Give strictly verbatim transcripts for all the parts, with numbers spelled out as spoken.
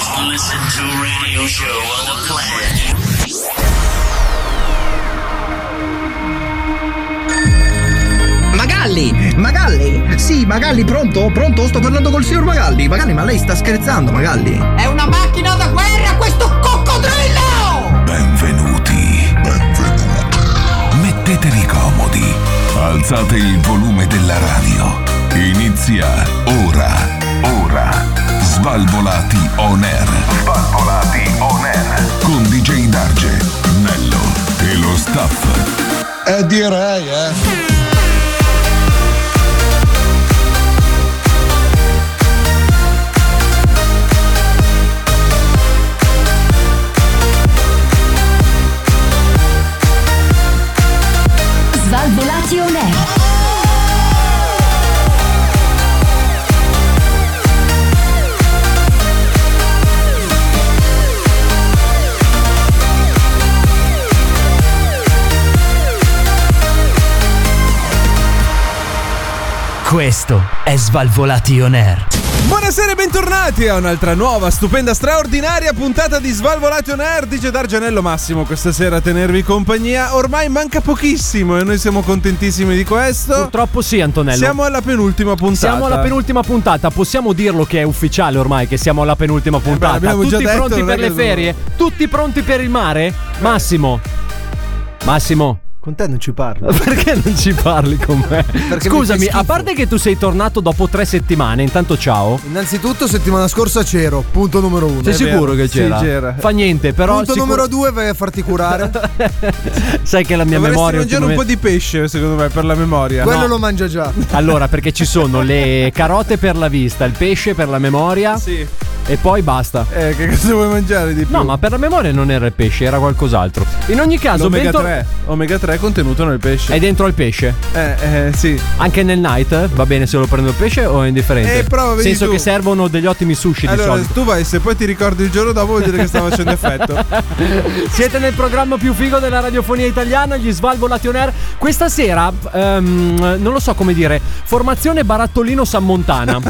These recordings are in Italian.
Listen to radio show on the planet. Magalli, Magalli, sì, Magalli, pronto? Pronto? Sto parlando col signor Magalli. Magalli, ma lei sta scherzando, Magalli? È una macchina da guerra questo coccodrillo! Benvenuti. Benvenuti. Mettetevi comodi. Alzate il volume della radio. Inizia ora. Ora. Svalvolati on air. Svalvolati on air. Con D J Darge, Nello e lo staff. Eh direi, eh. Svalvolati on air. Questo è Svalvolati on air. Buonasera e bentornati a un'altra nuova, stupenda, straordinaria puntata di Svalvolati on air. D J Dargianello Massimo questa sera a tenervi compagnia. Ormai manca pochissimo e noi siamo contentissimi di questo. Purtroppo sì, Antonello. Siamo alla penultima puntata. Siamo alla penultima puntata. Possiamo dirlo che è ufficiale ormai che siamo alla penultima puntata. Eh beh, abbiamo Tutti già detto, pronti non per è le che ferie? Tutti pronti per il mare? Massimo. Massimo. Con te non ci parlo. Perché non ci parli con me? Perché Scusami, mi fai a schifo. parte che tu sei tornato dopo tre settimane, intanto ciao. Innanzitutto settimana scorsa c'ero, punto numero uno. Sei sicuro che Sì, c'era? c'era. Fa niente, però Punto sicur- numero due, vai a farti curare. sai che la mia Dovresti memoria mangiare un ultimamente- po' di pesce, secondo me, per la memoria. Quello No. lo mangia già. Allora, perché ci sono le carote per la vista, il pesce per la memoria Sì. e poi basta. Eh, che cosa vuoi mangiare di più? No, ma per la memoria non era il pesce, era qualcos'altro. In ogni caso, L'omega bentor- tre. Omega tre è contenuto nel pesce. è dentro al pesce. Eh, eh, sì. Anche nel night va bene se lo prendo il pesce o è indifferente? Eh, prova, vedi Senso tu. che servono degli ottimi sushi di Allora, solito. tu vai, se poi ti ricordi il giorno dopo vuol dire che sta facendo effetto. Siete nel programma più figo della radiofonia italiana, gli Svalvolati on air. Questa sera, ehm, non lo so come dire, formazione Barattolino Sammontana.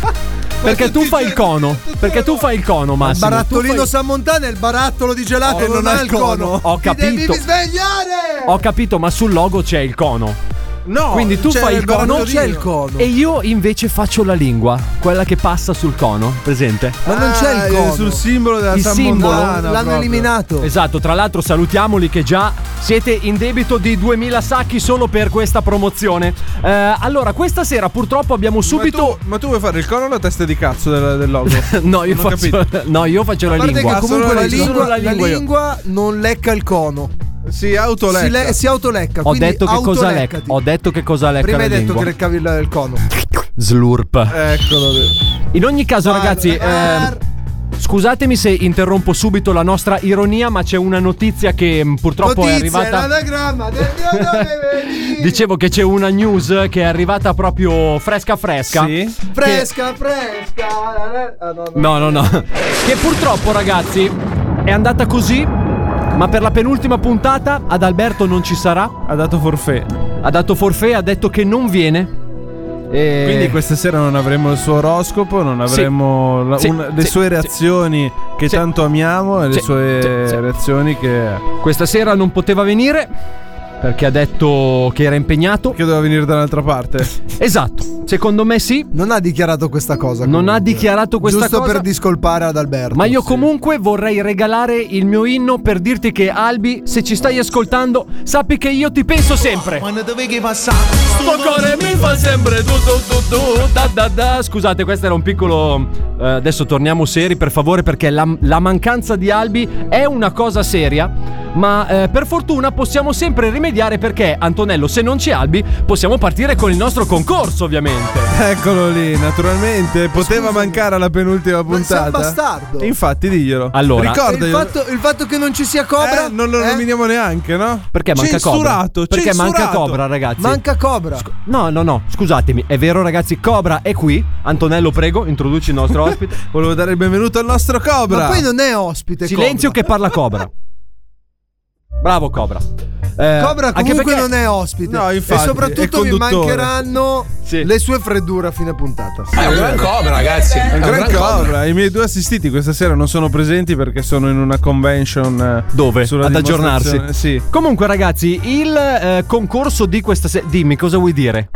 Perché tu fai il cono. Perché tu fai il cono, Il Massimo. Tu barattolino fai- Sammontana è il barattolo di gelato Oh, e non ha il cono. Ho Ti capito. devi svegliare! Ho capito, ma sul logo c'è il cono. No, Quindi tu c'è fai il cono, Non c'è il cono. e io invece faccio la lingua, quella che passa sul cono, presente? Ma non c'è Ah, il cono. sul simbolo della Il simbolo? Sammontana, L'hanno proprio. eliminato. Esatto, tra l'altro salutiamoli che già siete in debito di duemila sacchi solo per questa promozione. Eh, allora, questa sera purtroppo abbiamo subito... Ma tu, ma tu vuoi fare il cono o la testa di cazzo del, del logo? No, io Non ho faccio, capito. no, io faccio la A parte lingua. che comunque solo la la lingua, lingua, la lingua io. lingua non lecca il cono. Si autolecca. Si, le- si autolecca. Ho quindi detto che cosa lecca. autoleccati. Ho detto che cosa lecca Prima la hai detto lingua. che leccavi il, il cono. Slurp. Eccolo lì. In ogni caso, ragazzi, Guarda. ehm, scusatemi se interrompo subito la nostra ironia, ma c'è una notizia che mh, purtroppo Notizia, è arrivata. l'anagramma del Dio dove vedi? Dicevo che c'è una news che è arrivata proprio fresca fresca. Sì. Fresca, fresca. Ah, no, no. No, no, no. Che purtroppo, ragazzi, è andata così. Ma per la penultima puntata Adalberto non ci sarà. Ha dato forfait. Ha dato forfait, ha detto che non viene. E... Quindi questa sera non avremo il suo oroscopo, non avremo la- Sì, una- le sì, sue sì. reazioni che Sì. tanto amiamo e le Sì, sue sì, sì. reazioni che, Questa sera non poteva venire perché ha detto che era impegnato. che doveva venire dall'altra parte. Esatto, secondo me sì. Non ha dichiarato questa cosa. Non comunque. ha dichiarato questa Giusto cosa. per discolpare ad Alberto. Ma io Sì. comunque vorrei regalare il mio inno per dirti che, Albi, se ci stai ascoltando, sappi che io ti penso sempre. Sto cuore mi fa sempre du, du, du, du, da, da, da. Scusate, questo era un piccolo... eh, adesso torniamo seri, per favore, perché la, la mancanza di Albi è una cosa seria. Ma eh, per fortuna possiamo sempre rimediare, perché, Antonello, se non c'è Albi possiamo partire con il nostro concorso, ovviamente. Eccolo lì, naturalmente. Poteva Scusami. mancare alla penultima Ma sei un puntata. bastardo. E infatti diglielo. Allora, il, Ricordaglielo. fatto, il fatto che non ci sia Cobra. Eh, non lo eh? nominiamo neanche, no? Perché manca Censurato, Cobra? Perché manca censurato. Cobra, ragazzi? Manca Cobra. No, no, no, scusatemi, è vero, ragazzi, Cobra è qui. Antonello, prego, introduci il nostro ospite. Volevo dare il benvenuto al nostro Cobra. Ma poi non è ospite. Silenzio Cobra. che parla Cobra. Bravo Cobra. Eh, Cobra anche comunque perché- non è ospite. No, infatti, e è soprattutto mi conduttore. mancheranno Sì. le sue freddure a fine puntata. È un gran cobra, ragazzi. È Un un gran gran cobra. cobra. I miei due assistiti questa sera non sono presenti perché sono in una convention. eh, Dove? sulla Ad aggiornarsi. dimostrazione- Sì. Comunque, ragazzi, il eh, concorso di questa sera. Dimmi cosa vuoi dire.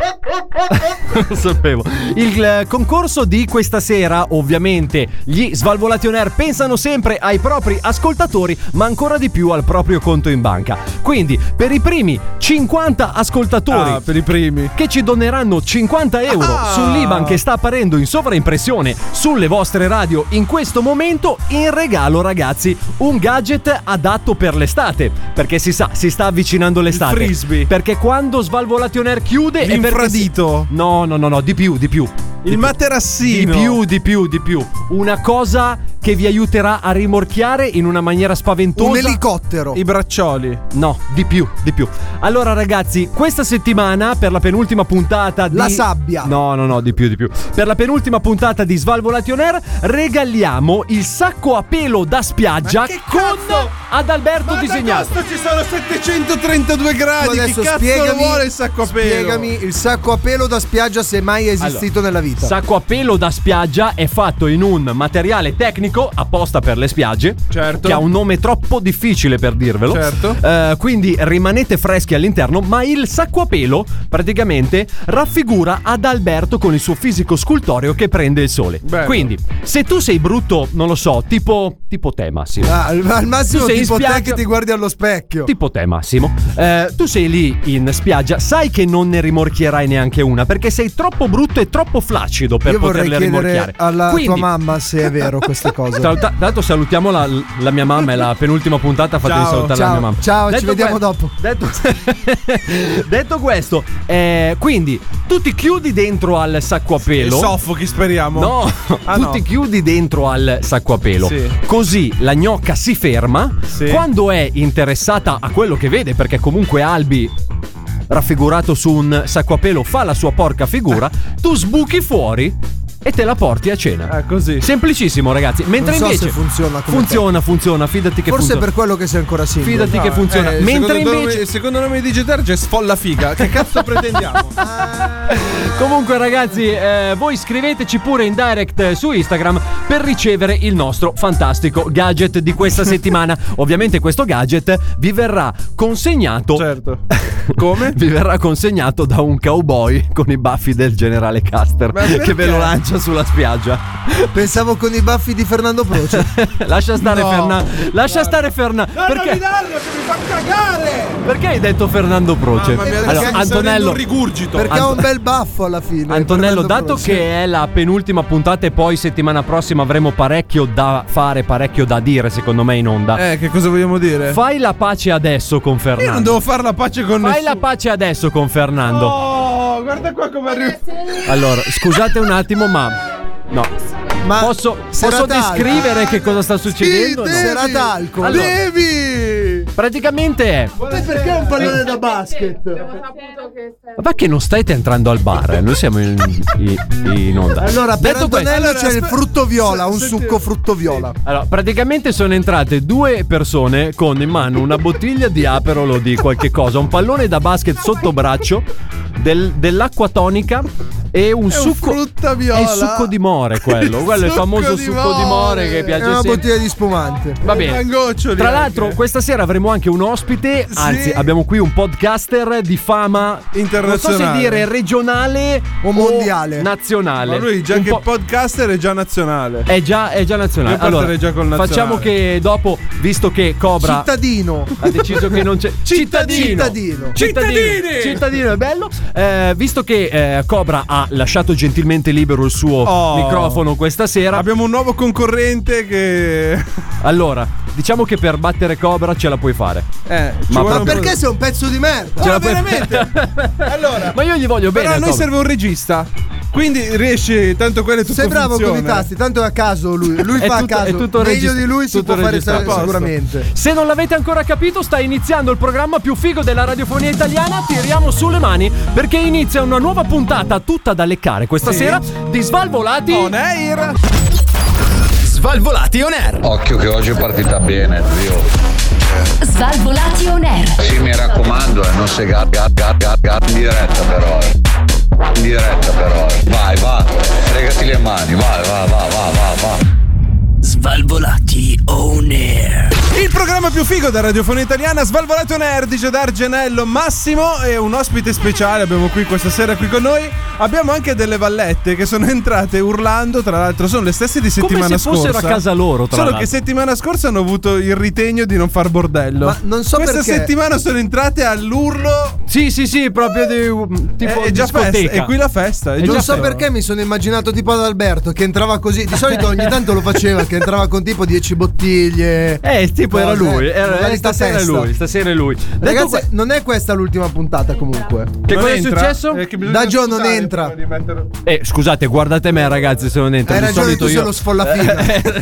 Lo sapevo. Il eh, concorso di questa sera, ovviamente, gli Svalvolati On Air pensano sempre ai propri ascoltatori, ma ancora di più al proprio conto in banca. Quindi, per i primi cinquanta ascoltatori Ah, per i primi. che ci doneranno cinquanta euro Ah. sull'I B A N che sta apparendo in sovraimpressione sulle vostre radio in questo momento, in regalo, ragazzi, un gadget adatto per l'estate, perché si sa, si sta avvicinando l'estate. frisbee. Perché quando Svalvolati On Air chiude è perché L'infradito. si- No, no, no, no, di più, di più. Il Di materassino. più, di più, di più. Una cosa che vi aiuterà a rimorchiare in una maniera spaventosa. Un elicottero. I braccioli. No, di più, di più. Allora, ragazzi, questa settimana, per la penultima puntata di... La sabbia. No, no, no, di più, di più. Per la penultima puntata di Svalvolati On Air regaliamo il sacco a pelo da spiaggia Ma che con cazzo? Adalberto disegnato. Ma ci sono settecentotrentadue Tu gradi. adesso Che cazzo spiegami, lo vuole il sacco a pelo? Spiegami il sacco a pelo da spiaggia se mai è esistito nella vita. Sacco a pelo da spiaggia è fatto in un materiale tecnico apposta per le spiagge. Certo. Che ha un nome troppo difficile per dirvelo. Certo. Eh, quindi rimanete freschi all'interno. Ma il sacco a pelo praticamente raffigura Adalberto con il suo fisico scultoreo che prende il sole. Bello. Quindi, se tu sei brutto, non lo so, tipo, tipo te, Massimo. Ah, al al massimo Tu sei in tipo te spiaggia- che ti guardi allo specchio. Tipo te, Massimo. Eh, tu sei lì in spiaggia, sai che non ne rimorchierai neanche una perché sei troppo brutto e troppo flaccido per Io vorrei poterle chiedere rimorchiare. alla Quindi, tua mamma se è vero queste cose. Tra, tra l'altro salutiamo la, la mia mamma, è la penultima puntata, fate di Ciao. salutare la Ciao. mia mamma. Ciao, ci Detto vediamo que- dopo. Detto, detto questo, eh, quindi tu ti chiudi dentro al sacco a E pelo. soffochi, speriamo. No, Ah, tu no. ti chiudi dentro al sacco a pelo. Sì. Così la gnocca si ferma. Sì. Quando è interessata a quello che vede, perché comunque Albi, raffigurato su un sacco a pelo, fa la sua porca figura, tu sbuchi fuori e te la porti a cena. Ah, così. Semplicissimo, ragazzi. Mentre Non so invece se funziona come funziona, funziona, fidati che Forse è funziona. per quello che sei ancora single. Fidati che funziona. Eh, Mentre secondo invece nome, il secondo nome di D J Darge è Sfolla Figa. Che cazzo pretendiamo? Comunque, ragazzi, eh, voi scriveteci pure in direct eh, su Instagram per ricevere il nostro fantastico gadget di questa settimana. Ovviamente questo gadget vi verrà consegnato. Certo. Come? Vi verrà consegnato da un cowboy con i baffi del generale Custer Ma perché? che ve lo lancia sulla spiaggia. Pensavo con i baffi di Fernando Proce. Lascia stare No. Fernando. Lascia stare Fernando. Perché? darlo che mi fa cagare! Perché hai detto Fernando Proce? Mamma mia, Allora, perché mi sta venendo Antonello, un rigurgito. Perché Anto- ha un bel baffo alla fine. Antonello, Fernando dato Proce. che è la penultima puntata e poi settimana prossima avremo parecchio da fare, parecchio da dire, secondo me, in onda. Eh, che cosa vogliamo dire? Fai la pace adesso con Fernando. Io non devo fare la pace con Fai nessuno. la pace adesso con Fernando. Oh, guarda qua come arriva. Allora, scusate un attimo, ma no. Ma Posso, posso serata descrivere alta. che cosa sta succedendo? Sì, No. devi. Serata alcol. Allora, Devi! praticamente è. Perché è un pallone da basket? Ma che non stai entrando al bar, eh? Noi siamo in, in, in onda. Allora, per Detto questo- Antonello c'è il aspe- frutto viola, un Senti- succo frutto viola. Allora, praticamente sono entrate due persone con in mano una bottiglia di Aperol o di qualche cosa, un pallone da basket sotto braccio, del- dell'acqua tonica e un È un succo. frutta viola. È il succo di more quello, Il quello è il succo famoso di succo di more che È piace una sempre. bottiglia di spumante. Va bene. Mangoccioli Tra anche. l'altro, questa sera avremo anche un ospite. Anzi, abbiamo qui un podcaster di fama Internazionale. Non so se dire regionale O mondiale. nazionale. Ma lui già Un che po'- podcaster è già nazionale. è già, è già nazionale. Io partirei già col nazionale. facciamo che dopo, visto che Cobra Cittadino. ha deciso che non c'è cittadino Cittadino. cittadini cittadino è bello, eh, visto che eh, Cobra ha lasciato gentilmente libero il suo Oh. microfono questa sera, Abbiamo un nuovo concorrente che. allora diciamo che per battere Cobra ce la puoi fare. Eh, ci Ma vuole un po' Perché di- sei un pezzo di merda? Ce Ma la puoi- veramente? Allora, ma io gli voglio bene però a noi Cobra. serve un regista. Quindi riesci, tanto quello è tutto Sei bravo funziona. con i tasti, tanto è a caso lui. Lui È fa tutto- a caso. è tutto Meglio regist- di lui si tutto può fare registrato. sa- sicuramente. Se non l'avete ancora capito, sta iniziando il programma più figo della radiofonia italiana. Tiriamo sulle mani perché inizia una nuova puntata tutta da leccare questa Sì. sera di Svalvolati On air. Svalvolati on air. Occhio che oggi è partita bene, zio. Svalvolati on air. Sì, mi raccomando, eh, non sei gat, gat, gat, gat, gat in diretta però. Eh. In diretta però. Eh. Vai, va, fregati le mani, vai, va, va, va, va, va. Svalvolati on air. Il programma più figo della radiofonia italiana, Svalvolati on air, dice D'Argenello, Massimo e un ospite speciale abbiamo qui questa sera qui con noi. Abbiamo anche delle vallette che sono entrate urlando, tra l'altro sono le stesse di settimana come se scorsa. fossero a casa loro, tra Solo l'altro. che settimana scorsa hanno avuto il ritegno di non far bordello. Ma non so Questa perché. settimana sono entrate all'urlo. Sì, sì, sì, proprio di tipo È, è già discoteca. festa, è qui la festa. È Non già so festa. perché mi sono immaginato tipo ad Alberto che entrava così. Di solito ogni tanto lo faceva, che entrava con tipo dieci bottiglie. Eh, tipo era cose. lui, era, Magari eh, stasera è testa. lui, stasera è lui. Detto Ragazzi, que- non è questa l'ultima puntata comunque. che Non cosa è entra? successo? Eh, che bisogna Da Gio non ascoltare entra. prima di mettere- Eh, scusate, guardate me, ragazzi, se non entra. Hai Di ragione, solito tu sei io lo sfollafino.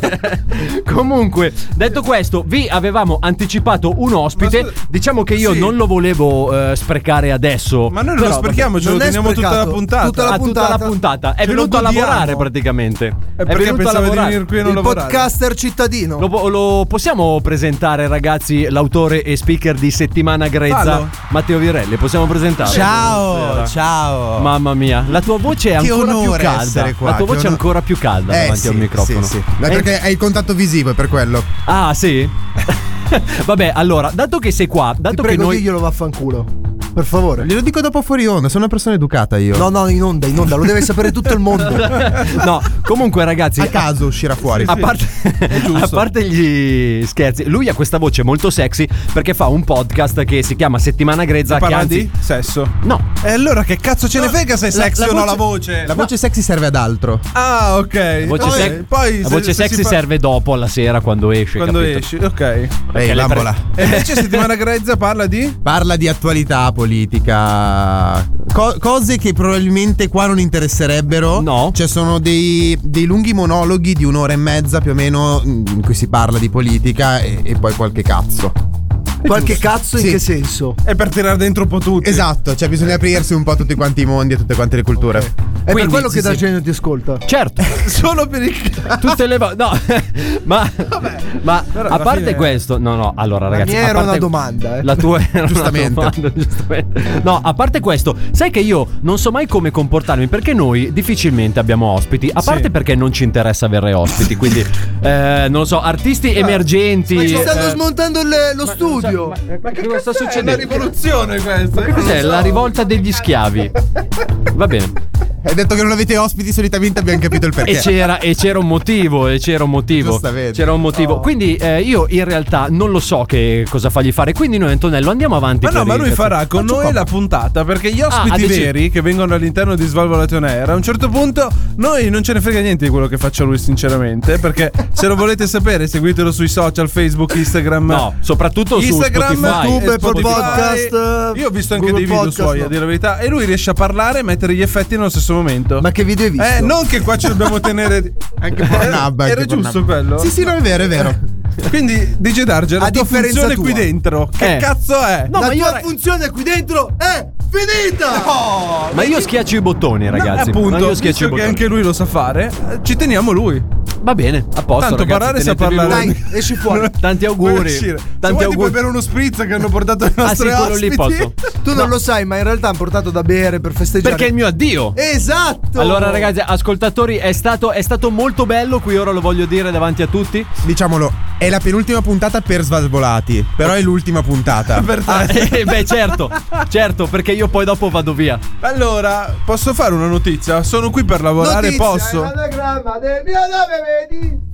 Comunque, detto questo, vi avevamo anticipato un ospite. Ma scusa- Diciamo che io sì. non lo volevo eh, sprecare adesso. Ma noi non però, lo sprechiamo, ce lo Non è teniamo tutta la sprecato. puntata. Tutta la Ah, tutta la puntata. È Ce lo venuto a godiamo. lavorare praticamente. È, perché venuto a pensava di lavorare. venire qui e non Il lavorare. podcaster cittadino. Lo, po- lo possiamo presentare, ragazzi, l'autore e speaker di Settimana Grezza, Fallo. Matteo Virelli. Possiamo presentarlo? Ciao, Buonasera. ciao. Mamma mia, la tua voce è Che ancora più onore calda. essere qua, La tua che voce è ono- ancora più calda Eh, davanti sì, al microfono. Sì, sì. Ma Eh, perché hai il contatto visivo, è per quello. Ah, sì? Vabbè, allora, dato che sei qua, Ti dato che prego, noi diglielo vaffanculo. Per favore. Glielo dico dopo fuori onda, sono una persona educata io. No, no, in onda, in onda, lo deve sapere tutto il mondo. No, comunque ragazzi, A caso uscirà fuori. A parte, a parte gli scherzi, lui ha questa voce molto sexy perché fa un podcast che si chiama Settimana Grezza. Che Parla anzi, di sesso. no, E allora che cazzo ce ne frega se è la- sexy la o no voce- la voce? La voce sexy serve ad altro. Ah, ok. la voce, Poi- sec- poi la se- voce se sexy si fa- serve dopo alla sera quando esce. quando capito? esci, ok. Ehi, le bambola. E invece settimana grezza parla di? Parla di attualità politica. Co- cose che probabilmente qua non interesserebbero. No. Cioè sono dei, dei lunghi monologhi di un'ora e mezza più o meno in cui si parla di politica e, e poi qualche cazzo. Qualche cazzo in Sì. che senso? È per tirare dentro un po' tutti. Esatto, cioè bisogna aprirsi un po' a tutti quanti i mondi e tutte quante le culture. È per Quindi, quello sì, che da sì. genio ti ascolta. Certo. Solo per il cazzo. Tutte le volte. No, ma, ma però a alla parte fine- questo, no, no. Allora, La ragazzi, mia a era parte- una domanda, eh. La tua era Giustamente. una domanda, giustamente. No, a parte questo, sai che io non so mai come comportarmi perché noi difficilmente abbiamo ospiti. A parte Sì. perché non ci interessa avere ospiti. Quindi, eh, non lo so, artisti emergenti. Ma ci stanno eh, smontando il- lo studio. Ma che cosa sta È una succedendo? rivoluzione questa. Che cos'è? La rivolta degli schiavi. Va bene. Hai detto che non avete ospiti, solitamente abbiamo capito il perché. E c'era, e c'era un motivo, e c'era un motivo. Giustamente. C'era un motivo. Quindi eh, io in realtà non lo so che cosa fargli fare. Quindi noi, Antonello, andiamo avanti. Ma no, per ma il lui cazzo. farà con Faccio noi comodo. la puntata perché gli ospiti Ah, dici- veri che vengono all'interno di Svalvolation Air a un certo punto noi non ce ne frega niente di quello che faccia lui sinceramente, perché se lo volete sapere seguitelo sui social, Facebook, Instagram. No, soprattutto su Instagram, Spotify. YouTube, e Apple Spotify. Podcast, Io ho visto anche Google dei video Podcast, suoi, no. a dire la verità, e lui riesce a parlare e mettere gli effetti nello stesso momento. Ma che video hai visto? Eh, non che qua ci dobbiamo tenere. Anche Pornhub, Era, anche era giusto Pornhub. quello? Sì, sì, no, è vero, è vero. Quindi, D J Darge, la A tua differenza funzione tua. qui dentro, che Eh. cazzo è? No, la ma io, tua funzione qui dentro è finita! ma io schiaccio i bottoni, ragazzi. No, Ma appunto, io schiaccio i visto che bottoni. anche lui lo sa fare, eh, ci teniamo lui. Va bene, a posto. Tanto ragazzi, parlare sa tenetevi parlare. lui. Dai, esci fuori. Tanti Puoi auguri. uscire. Se Tanti vuoi ti puoi auguri. bere uno spritz che hanno portato i Ah, nostri sì, quello lì ospiti. posso. Tu non lo sai, ma in realtà hanno portato da bere per festeggiare. Perché è il mio addio. Esatto! Allora, ragazzi, ascoltatori, è stato, è stato molto bello. Qui ora lo voglio dire davanti a tutti. Diciamolo, è la penultima puntata per Svalvolati, però è l'ultima puntata. Per te. Ah, eh, beh, certo, certo, perché io poi dopo vado via. Allora, posso fare una notizia? Sono qui per lavorare, Notizia, posso? è l'anagramma del mio nome, vedi?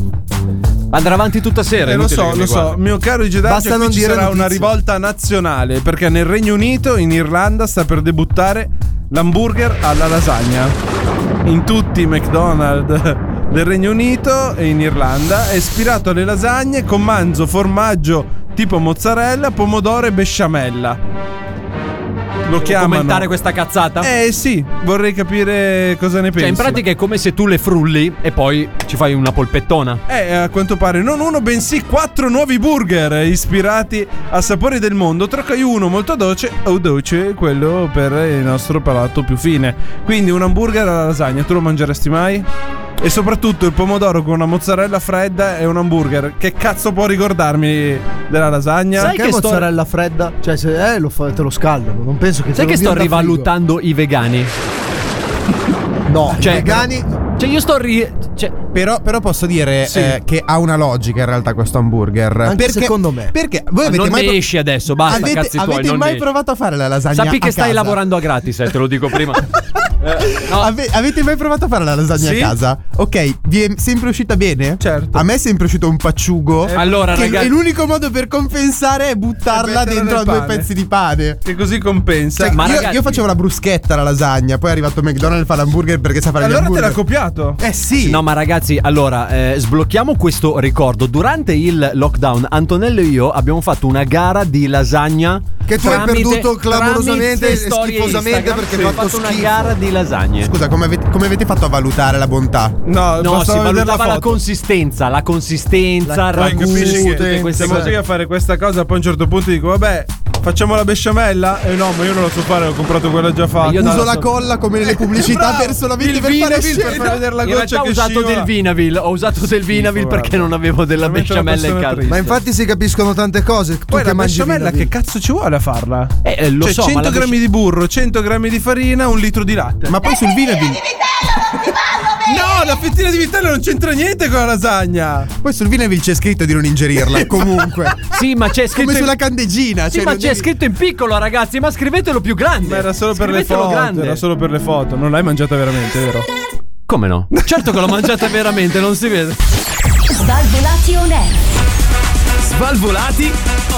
Andrà avanti tutta sera. Eh, lo inutile so, che mi lo so, guardi. mio caro I G Basta Darge, non qui ci dire sarà notizie. una rivolta nazionale perché nel Regno Unito, in Irlanda, sta per debuttare l'hamburger alla lasagna. In tutti i McDonald's del Regno Unito e in Irlanda è ispirato alle lasagne con manzo, formaggio tipo mozzarella, pomodoro e besciamella. Lo chiamano. Commentare questa cazzata? Eh sì, vorrei capire cosa ne pensi. Cioè, in pratica è come se tu le frulli e poi ci fai una polpettona. Eh, a quanto pare non uno, bensì quattro nuovi burger ispirati a sapori del mondo. Tra cui uno molto dolce o dolce, quello per il nostro palato più fine. Quindi un hamburger alla lasagna, tu lo mangeresti mai? E soprattutto il pomodoro con una mozzarella fredda e un hamburger. Che cazzo può ricordarmi della lasagna? Sai che, che mozzarella sto... fredda? Cioè, se eh, lo fa, te lo scaldano. Non penso che. Sai te che lo sto rivalutando i vegani? No, cioè, i vegani. Cioè, io sto ri... cioè... Però, però posso dire sì. eh, che ha una logica in realtà questo hamburger. Anche perché, secondo me. Perché voi avete non mai ne esci adesso, basta, avete, cazzi tuoi. Avete non mai esci. provato a fare la lasagna? Sappi che a stai casa? lavorando a gratis, eh, te lo dico prima. eh, no. Ave- avete mai provato a fare la lasagna sì? a casa? Ok, vi è sempre uscita bene? Certo. A me è sempre uscito un pacciugo. Eh, allora, che ragazzi, è l'unico modo per compensare è buttarla dentro a due pezzi di pane. Che così compensa. Cioè, Ma io, ragazzi... io facevo la bruschetta alla lasagna, poi è arrivato McDonald's e fa l'hamburger perché sa fare allora gli hamburger. Allora te l'ha copiato? Eh sì. No, ma ragazzi, allora eh, sblocchiamo questo ricordo. Durante il lockdown, Antonello e io abbiamo fatto una gara di lasagna. Che tu hai perduto clamorosamente e schifosamente Instagram, perché sì, hai fatto fatto una schifo. gara di lasagne. Scusa, come avete, come avete fatto a valutare la bontà? No, no, si valutava la, la consistenza, la consistenza, Dai, ragù, capisci tutte che queste siamo cose. qui a fare questa cosa, poi a un certo punto dico vabbè, facciamo la besciamella? E eh no, ma io non lo so fare, ho comprato quella già fatta. Io Uso non la so. colla come nelle pubblicità per solamente il per fare Vinavil, per far vedere la In goccia realtà ho che usato scivola. del Vinavil, ho usato del Vinavil Schifo, perché guarda. non avevo della Veramente una besciamella in persona casa. triste. Ma infatti si capiscono tante cose. Tu Poi che la mangi besciamella Vinavil. che cazzo ci vuole a farla? Eh, eh, lo cioè so, ma cento la grammi besci- di burro, cento grammi di farina, un litro di latte. Ma poi sul Vinavil. No, la fettina di vitello non c'entra niente con la lasagna. Poi sul Vinavil c'è scritto di non ingerirla. Comunque. Sì, ma c'è scritto Come in... sulla candeggina. Sì, cioè ma non c'è devi- scritto in piccolo, ragazzi, ma scrivetelo più grande. Ma era solo per le Scrivetelo foto. grande. Era solo per le foto. Non l'hai mangiata veramente, vero? Come no? Certo che l'ho mangiata veramente, non si vede. Svalvolati on air. Svalvolati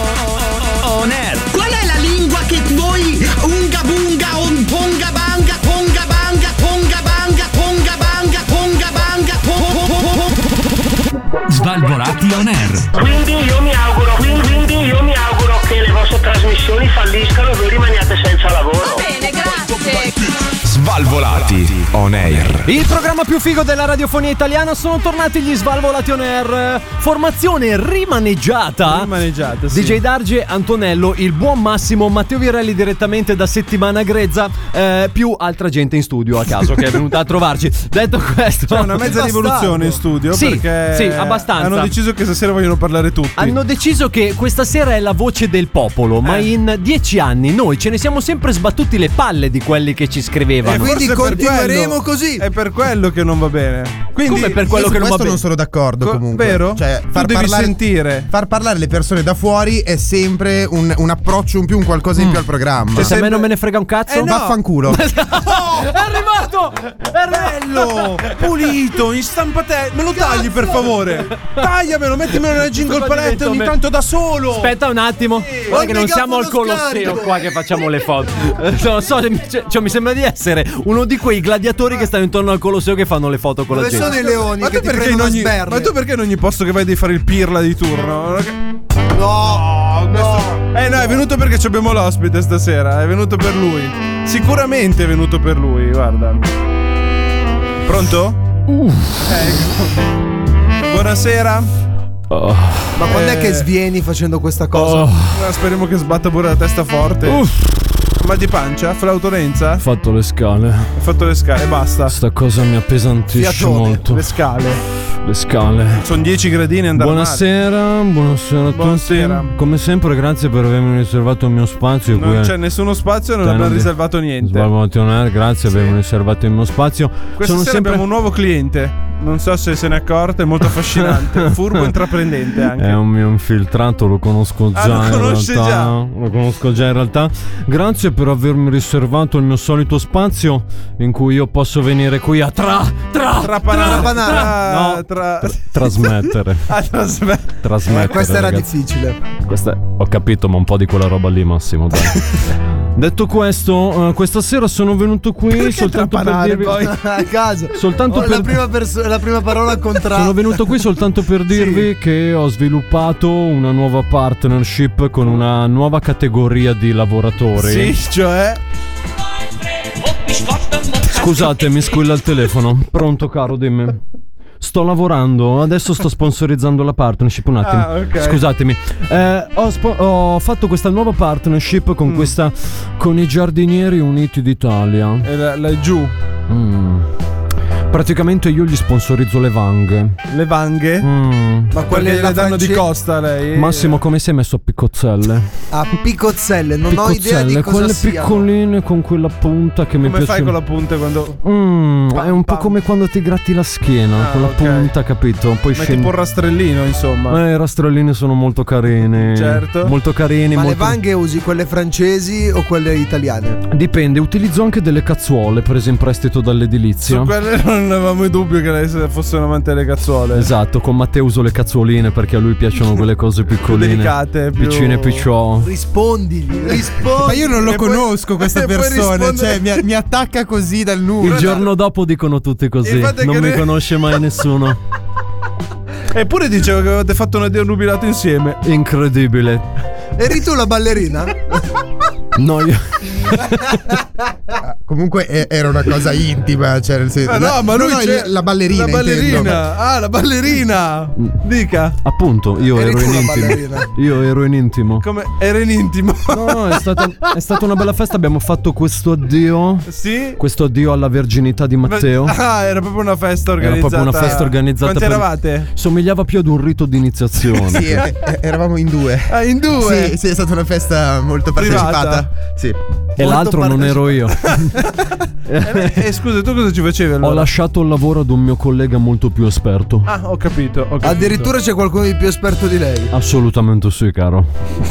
on air. Qual è la lingua che voi unga bunga un ponga banga ponga banga ponga banga ponga banga ponga banga po- po- po- po- Svalvolati on air. Quindi io mi auguro, quindi, quindi io mi auguro che le vostre trasmissioni falliscano e voi rimaniate senza lavoro. Va bene, grazie. Svalvolati on air. Il programma più figo della radiofonia italiana, sono tornati gli Svalvolati on air. Formazione rimaneggiata. Rimaneggiata, sì. D J Darge, Antonello, il buon Massimo, Matteo Virelli direttamente da Settimana Grezza, eh, più altra gente in studio a caso che è venuta a trovarci. Detto questo, c'è una mezza rivoluzione in studio, sì, perché sì, abbastanza. hanno deciso che stasera vogliono parlare tutti. Hanno deciso che questa sera è la voce del popolo, ma Eh. in dieci anni noi ce ne siamo sempre sbattuti le palle di quelli che ci scrivevano. E quindi forse per continueremo quello- così. È per quello che non va bene. Quindi Come per quello Io su che non va questo bene? non sono d'accordo Co- comunque. vero? Cioè, Tu devi sentire. Far parlare le persone da fuori è sempre un, un approccio in più, un qualcosa in più al programma. Cioè, se a me sempre- non me ne frega un cazzo. Eh no. Vaffanculo. È arrivato! È Bello, pulito, in stampatello. Me lo tagli per favore. Tagliamelo, mettimelo nella jingle palette ogni tanto da solo. Aspetta un attimo. Guarda che non siamo al Colosseo qua che facciamo le foto. Eh, Non so, cioè, cioè, mi sembra di essere uno di quei gladiatori che stanno intorno al Colosseo che fanno le foto con la Dove gente. sono i leoni Ma che tu, ti perché in prendono ogni, a sberle? ma tu perché in ogni posto che vai devi fare il pirla di turno? No, no. Eh no, è venuto perché ci abbiamo l'ospite stasera. È venuto per lui. Sicuramente è venuto per lui, guarda. Pronto? Uh. Ecco. Buonasera. Oh. Ma quando Eh. è che svieni facendo questa cosa? Oh. Ah, speriamo che sbatta pure la testa forte. Uff. Ma di pancia? Flautolenza? Ho fatto le scale. Hai fatto le scale e basta. Sta cosa mi appesantisce Fiatone. molto. Le scale. Le scale. Sono dieci gradini e andare Buonasera, buonasera a tutti. Buonasera. Come sempre, grazie per avermi riservato il mio spazio. Non qui c'è nessuno spazio e non All'interno abbiamo di riservato niente. Svalvolati on air, grazie per avermi riservato il mio spazio. Questa Sono sera sempre abbiamo un nuovo cliente. Non so se se ne è accorto, è molto affascinante. Furbo e intraprendente anche. È un mio infiltrato, lo conosco già Ah, lo in conosce realtà. già. Lo conosco già in realtà. Grazie per avermi riservato il mio solito spazio in cui io posso venire qui a tra tra Trapanare. tra, Trapanare. no, tra- tra- trasmettere. Ah, trasme- Trasmettere. Eh, questa era ragazzi. difficile. Questa è- ho capito, ma un po' di quella roba lì, Massimo. Dai. Detto questo, eh, questa sera sono venuto qui Perché soltanto per trapanare dirvi poi? A caso. Soltanto Oh, per la, prima perso- la prima parola al contrario. Sono venuto qui soltanto per dirvi che ho sviluppato una nuova partnership con una nuova categoria di lavoratori. Sì, cioè. Scusate, mi squilla il telefono. Pronto, caro, dimmi. Sto lavorando, adesso sto sponsorizzando la partnership. Un attimo, Ah, ok. scusatemi. Eh, ho, spo- ho fatto questa nuova partnership con Mm. questa con i Giardinieri Uniti d'Italia. È la, la giù. Mm. Praticamente io gli sponsorizzo le vanghe. Le vanghe? Mm. Ma quelle Perché la le danno di france- costa lei? Massimo, come sei messo a piccozzelle? A picozzelle, non ho idea di Piccozzelle, cosa quelle siano. piccoline con quella punta che mi Come piace. fai con la punta quando... Mm, Pam, è un po' pam. come quando ti gratti la schiena, Ah, con la ok. punta, capito? Poi Ma è scendi. tipo un rastrellino, insomma. Eh, i rastrellini sono molto carini. Certo. Molto carini. Ma le molto... vanghe usi quelle francesi o quelle italiane? Dipende, utilizzo anche delle cazzuole prese in prestito dall'edilizia. Su quelle non avevamo dubbio che lei fosse un amante delle cazzuole. Esatto, con Matteo uso le cazzuoline perché a lui piacciono quelle cose piccoline. Più delicate, più... Piccine picciò. Rispondigli, rispondi. Ma io non lo E poi- conosco questa e poi persona, rispondere- cioè mi, mi attacca così dal Il nulla. giorno dopo dicono tutti così. Il fatto è Non che mi noi- conosce mai nessuno. Eppure dicevo che avevate fatto un addio nubilato insieme. Incredibile. Eri tu la ballerina? No, io. Comunque eh, era una cosa intima, cioè nel senso, Ma no, la, ma lui no, c'è- la ballerina. La ballerina. intendo. Ah, la ballerina. Dica. Appunto, io Eri ero tu in la intimo. ballerina. Io ero in intimo. Come era in intimo. No, è stata, è stata una bella festa. Abbiamo fatto questo addio. Sì. Questo addio alla verginità di Matteo. Ah, era proprio una festa Era organizzata. proprio una festa organizzata. Quanti per- eravate? Somigliava più ad un rito d'iniziazione. Sì, eh, eh, eravamo in due. Ah, in due? Sì, sì, è stata una festa molto Privata. partecipata. Sì. E l'altro non ero io. Eh, eh, scusa, tu cosa ci facevi allora? Ho lasciato il lavoro ad un mio collega molto più esperto. Ah, ho capito, ho capito. Addirittura c'è qualcuno di più esperto di lei. Assolutamente sì, caro.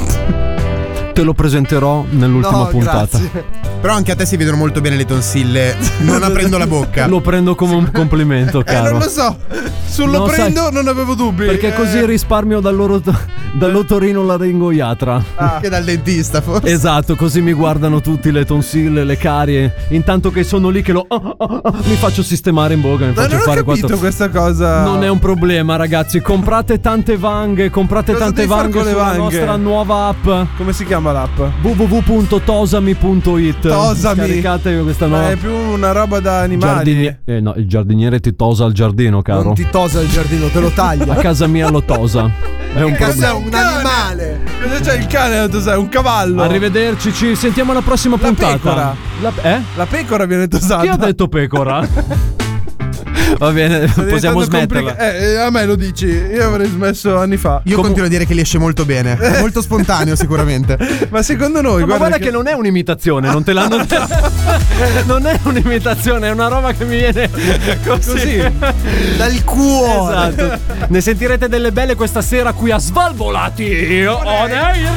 Te lo presenterò nell'ultima No, puntata. grazie. Però anche a te si vedono molto bene le tonsille, non aprendo la bocca. Lo prendo come un complimento, Eh, caro. non lo so. Sullo No, prendo sai- non avevo dubbi. Perché Eh, così risparmio dall'oro- dall'otorino laringoiatra. Ah. Che dal dentista, forse. Esatto, così mi guardano tutti le tonsille, le carie. Intanto che sono lì che lo ah, ah, ah, mi faccio sistemare in bocca, mi Ma faccio non ho fare capito quattro. questa cosa. Non è un problema, ragazzi. Comprate tante vanghe, comprate Cosa tante devi far vanghe con le sulla vanghe? nostra nuova app Come si chiama l'app? w w w punto tosami punto it. Tosami. Caricate questa Ma nuova è più una roba da animali. Giardini- eh, no, il giardiniere ti tosa al giardino, caro. Non ti tosa il giardino, te lo A taglia. casa mia lo tosa. È un Cazzo, è problema. un animale. Cosa c'è il cane? Cos'è? Un cavallo. Arrivederci, ci sentiamo alla prossima La puntata. pecora. La, eh? La pecora viene tosata. Chi ha detto pecora? Va bene, Sta possiamo diventando smetterla. complica- eh, eh, a me lo dici. Io avrei smesso anni fa. Io continuo a dire che li esce molto bene. Molto spontaneo, sicuramente. Ma secondo noi, No, ma guarda, guarda che... non è un'imitazione, non te l'hanno detto. Non è un'imitazione, è una roba che mi viene così. Così. Dal cuore. Esatto. Ne sentirete delle belle questa sera qui a Svalvolati On Air.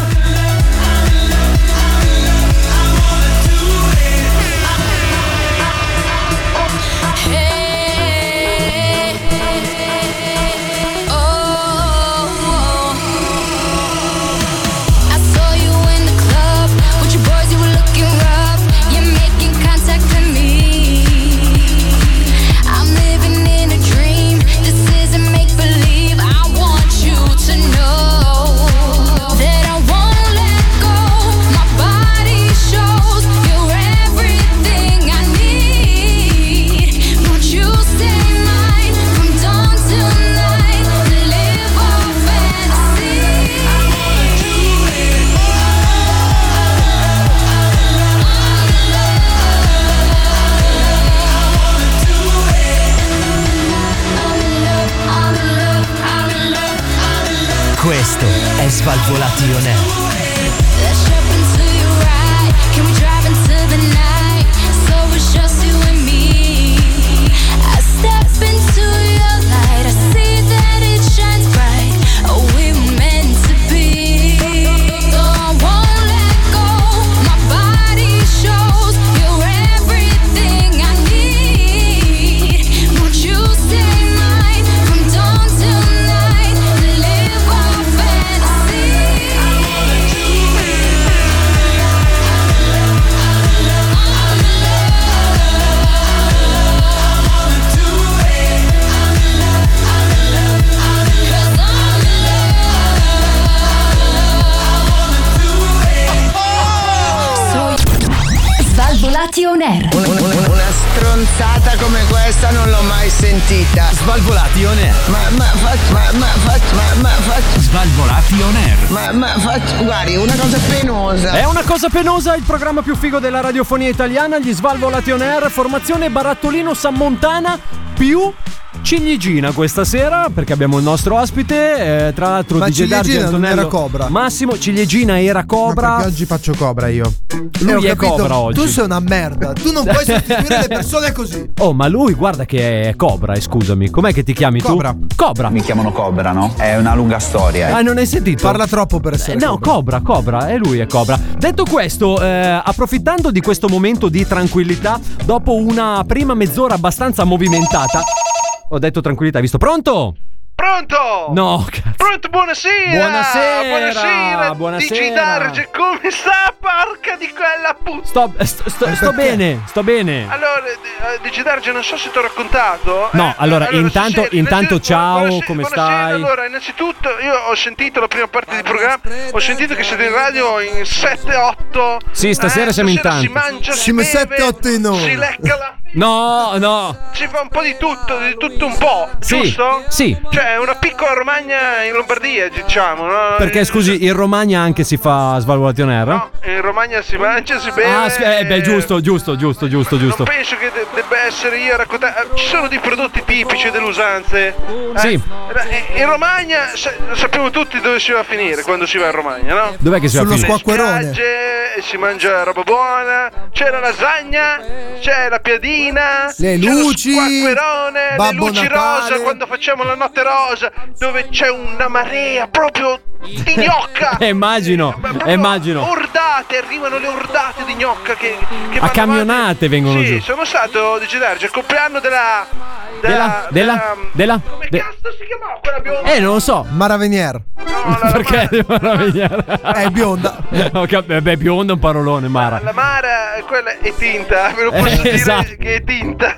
Questo è Svalvolati On Air. Svalvolati On Air. Una stronzata come questa non l'ho mai sentita. Svalvolati On Air. Ma, ma, fac- ma, ma, fac- ma, ma, fac- Svalvolati on air. Ma, ma faccio, guardi, una cosa penosa. È una cosa penosa, il programma più figo della radiofonia italiana, gli Svalvolati on air, formazione Barattolino Sammontana più Ciliegina questa sera, perché abbiamo il nostro ospite, eh, tra l'altro ma D J Dargi Ciliegina non Antonello era Cobra. Massimo. Ciliegina era Cobra. Ma perché oggi faccio Cobra io? Lui Eh, è capito, Cobra oggi. Tu sei una merda. Tu non puoi sostituire le persone così. Oh, ma lui guarda che è Cobra, eh, scusami. Com'è che ti chiami Cobra. tu? Cobra. Mi chiamano Cobra, no? È una lunga storia. Eh. Ah, non hai sentito? Parla troppo per essere Eh, no, Cobra, Cobra, e lui è Cobra. Detto questo, eh, approfittando di questo momento di tranquillità, dopo una prima mezz'ora abbastanza movimentata, ho detto tranquillità, hai visto? Pronto? Pronto? No, cazzo. Pronto, buonasera. Buonasera. Buonasera. Buonasera. D J Darge, come sta? Porca di quella puttana. Sto, sto, sto, sto bene, sto bene. Allora, eh, D J Darge, non so se ti ho raccontato. No, eh, allora, intanto, stasera, intanto ciao, buonasera, come buonasera. stai? Allora, innanzitutto, io ho sentito la prima parte del programma, ho sentito che siete in radio in sette otto. Sì, stasera eh, siamo in stasera tanti. Si mangia, si Siamo beve, sette otto e noi. si lecca la... No, no. Si fa un po' di tutto, di tutto un po', Sì, giusto? sì. Cioè, una piccola Romagna in Lombardia, diciamo, no? Perché scusi, in Romagna anche si fa Svalvolati on air? No, in Romagna si mangia, si beve. Ah, sc- eh, beh, giusto, giusto, giusto, giusto, giusto. Non penso che de- debba essere io a raccontare. Ci sono dei prodotti tipici delle usanze. Eh? Sì. Eh, In Romagna sa- sappiamo tutti dove si va a finire quando si va in Romagna, no? Dov'è che si va a Sullo finire? squacquerone. Spiagge, si mangia roba buona, c'è la lasagna, c'è la piadina, Le c'è luci, lo squacquerone, le Babbo luci Natale. rosa quando facciamo la notte rosa, dove c'è una marea proprio di gnocca. Eh, immagino, Ma proprio eh, immagino. Ordate, arrivano le ordate di gnocca che, che A vanno camionate avanti. vengono sì, giù. sono stato di Darge, il compleanno della Della, della, della. come de- cazzo si chiamava quella bionda? Eh, non lo so. Maravenier. No, la, Perché devo ravvigliare? È bionda. Ok, beh, beh, bionda è un parolone, Mara. la Mara, quella è tinta, ve lo posso Eh, dire esatto. che è tinta.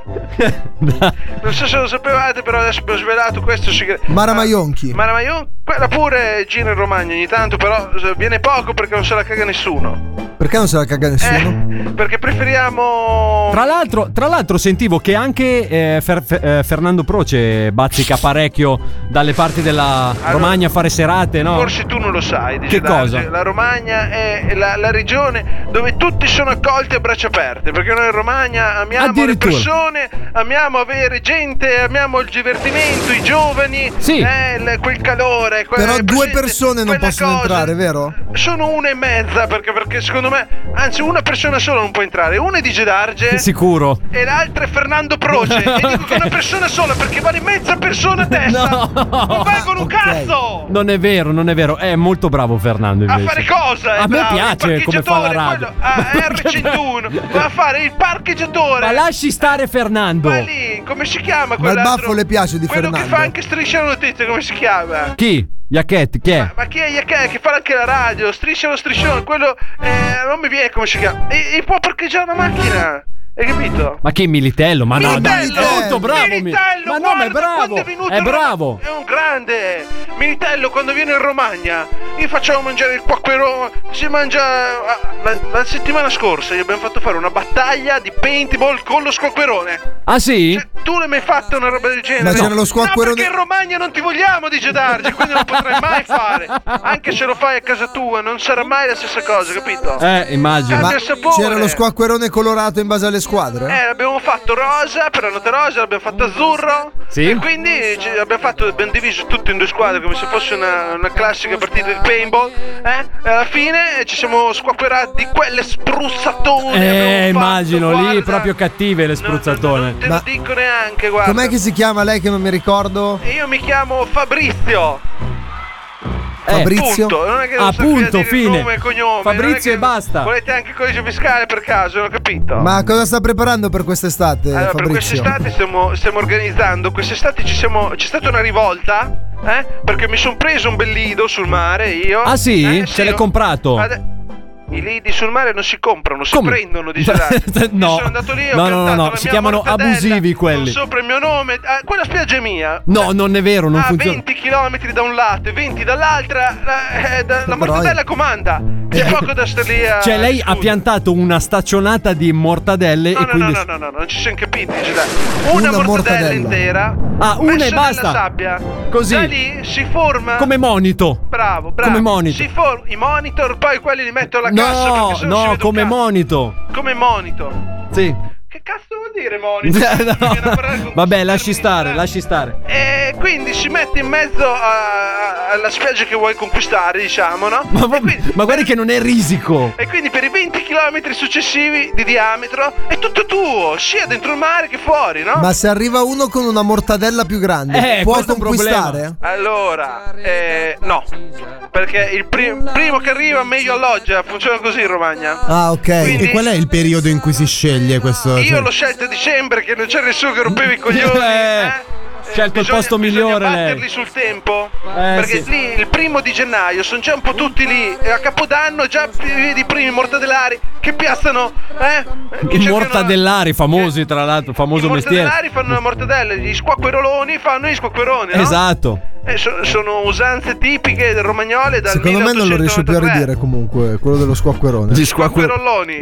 Non so se lo sapevate, però adesso vi ho svelato questo segreto. Mara Maionchi. Mara Maionchi, quella pure gira in Romagna ogni tanto, però viene poco perché non se la caga nessuno. Perché non se la caga nessuno? Eh, perché preferiamo. Tra l'altro, tra l'altro sentivo che anche eh, Fer- Fer- eh, Fernando Proce bazzica parecchio dalle parti della Allora, Romagna a fare serate, no? Forse tu non lo sai, dice Che Darge. cosa? La Romagna è la, la regione dove tutti sono accolti a braccia aperte, perché noi in Romagna amiamo le Addirittura. persone, amiamo avere gente, amiamo il divertimento, i giovani, Sì. eh, il- quel calore. quel- Però due presente, persone non quella possono cosa. entrare, vero? Sono una e mezza, perché, perché secondo me, anzi una persona sola non può entrare, una è D J Darge Sicuro. e l'altra è Fernando Proce. E dico che è una persona sola perché vale mezza persona a testa. No. Non valgono un cazzo. Non è vero, non è vero. È molto bravo Fernando A invece. fare cosa? è A me bravo, piace il come fa la parcheggiatore, radio. quello, a R centouno va a fare il parcheggiatore. Ma lasci stare Fernando. Ma lì, come si chiama Ma il quell'altro? baffo le piace di quello Fernando. che fa anche Striscia la Notizia, come si chiama? Chi? Iacchetti, chi è? Ma chi è Iacchè che fa anche la radio? Striscia lo striscione, quello eh, non mi viene come si chiama. E, e può parcheggiare la macchina. Hai capito? Ma che Militello? Ma no, dai, Militello, è molto bravo. Mi- Militello, ma no, ma è guarda bravo. quando è venuto È in Roma- bravo. È un grande. Militello quando viene in Romagna gli facciamo mangiare il quacquerone. Si mangia ah, la, la settimana scorsa gli abbiamo fatto fare una battaglia di paintball con lo squacquerone. Ah sì? Cioè, tu l'hai mai fatto una roba del genere? Ma c'era No. lo squacquerone- No, perché in Romagna non ti vogliamo di Darge, quindi non potrai mai fare. Anche se lo fai a casa tua non sarà mai la stessa cosa, capito? Eh, immagino. Cambia Ma il sapore. c'era lo squacquerone colorato in base alle squadre? Eh, l'abbiamo fatto rosa, per la notte rosa, l'abbiamo fatto azzurro. Sì. E quindi ci- abbiamo fatto, abbiamo diviso tutto in due squadre come se fosse una, una classica partita di paintball. Eh? E alla fine ci siamo squacquerati di quelle spruzzatone. Eh, abbiamo immagino, fatto, lì guarda. proprio cattive le spruzzatone. Non te Ma- lo dico neanche, guarda. Com'è che si chiama lei che non mi ricordo? E io mi chiamo Fabrizio. Eh, Fabrizio? Punto. Non è che non Appunto, sappia dire fine. nome e cognome. Fabrizio non è che e basta. Volete anche il codice fiscale per caso, non ho capito. Ma cosa sta preparando per quest'estate, Allora, per Fabrizio? quest'estate stiamo, stiamo organizzando. Quest'estate ci siamo, c'è stata una rivolta. Eh? Perché mi sono preso un bel lido sul mare io. Ah sì? Eh, Ce l'hai ho- comprato? Ade- I lidi sul mare non si comprano, si Come? prendono di gelati. No. Io sono andato lì, ho No, no, no, piantato no, la si mia chiamano mortadella abusivi quelli. con sopra il mio nome. Ah, quella spiaggia è mia. No, non è vero, non a funziona. venti chilometri da un lato e venti dall'altra, la, eh, da- la Però mortadella comanda. C'è poco da stare lì a. Cioè, lei ha piantato una staccionata di mortadelle No, e no, quindi. no, no, no, no, non ci siamo capiti. Cioè, dai. Una, Una mortadella, mortadella. intera. Ah, una messa e basta. nella sabbia. Così. Da lì si forma. Come monito. Bravo, bravo. Come monito. Si forma i monitor, poi quelli li metto alla cassa. No, perché sennò si no, vede un come cazzo. monito. Come monitor. Sì. Che cazzo vuol dire monitor? No. Vabbè, lasci stare, lasci stare. E quindi si mette in mezzo a- a- alla spiaggia che vuoi conquistare, diciamo, no? Ma, ma, ma guardi che non è risico. E quindi per i venti chilometri successivi di diametro è tutto tuo, sia dentro il mare che fuori, no? Ma se arriva uno con una mortadella più grande, Eh, può questo è un conquistare? Allora, eh, no, perché il prim- primo che arriva meglio alloggia, funziona così in Romagna. Ah, ok. E qual è il periodo in cui si sceglie questo? Io cioè- l'ho scelto a dicembre che non c'era nessuno che rompeva i coglioni. eh? Scelto il Bisogna- posto bisogna migliore batterli lei. sul tempo, Eh, perché sì. lì il primo di gennaio sono già un po' tutti lì e a Capodanno già vedi i primi mortadellari che piazzano, eh? Che I cercano- mortadellari famosi, tra l'altro, famoso I mestiere. mortadellari fanno la mortadella, gli squacqueroloni fanno gli squacqueroni, no? Esatto. Eh, so- sono usanze tipiche del romagnole dal Secondo me non lo riesce più a ridire comunque, quello dello squacquerone. Gli squacquerolloni.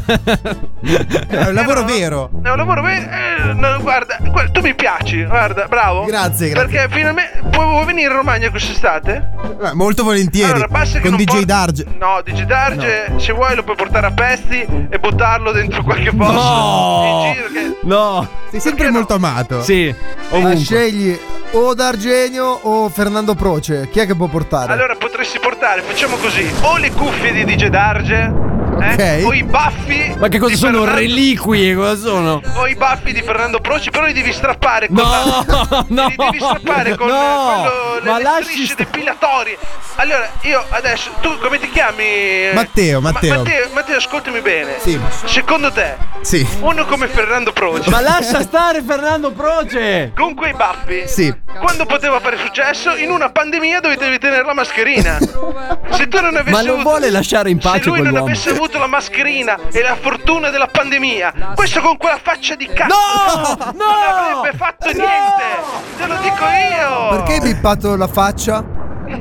È un lavoro vero. È un lavoro vero. Eh, no, guarda, guarda, tu mi piaci, guarda, bravo. Grazie, grazie. Perché finalmente puoi, vuoi venire in Romagna quest'estate? Eh, molto volentieri. Allora, basta che Con non D J porti- Darge. No, D J Darge, se vuoi lo puoi portare a pezzi e buttarlo dentro qualche posto No. in giro che... No. Sei sempre molto amato. Sì. Ma Ovunque. scegli o D'Argenio o Fernando Proce. Chi è che può portare? Allora potresti portare, facciamo così, o le cuffie di D J Darge, eh, Ok. o i baffi Ma che cosa di sono? Fernando- Reliquie? Cosa sono? o i baffi di Fernando Proci, però li devi strappare con No, la... no, li devi strappare con no, quello, ma le lasci strisce sta- depilatorie. Allora, io adesso, tu come ti chiami? Matteo, Ma- Matteo. Matteo, Matteo, ascoltami bene. Sì. Secondo te, Sì. uno come Fernando Proci, Ma lascia stare Fernando Proce. con quei baffi, Sì. quando poteva fare successo? In una pandemia dovevi tenere la mascherina. Se tu non avessi Ma non avuto- vuole lasciare in se pace lui non quell'uomo. avesse avuto la mascherina e la fortuna della pandemia, questo con quella faccia di cazzo No! non No! avrebbe fatto niente. Te lo dico io. Perché hai bippato la faccia?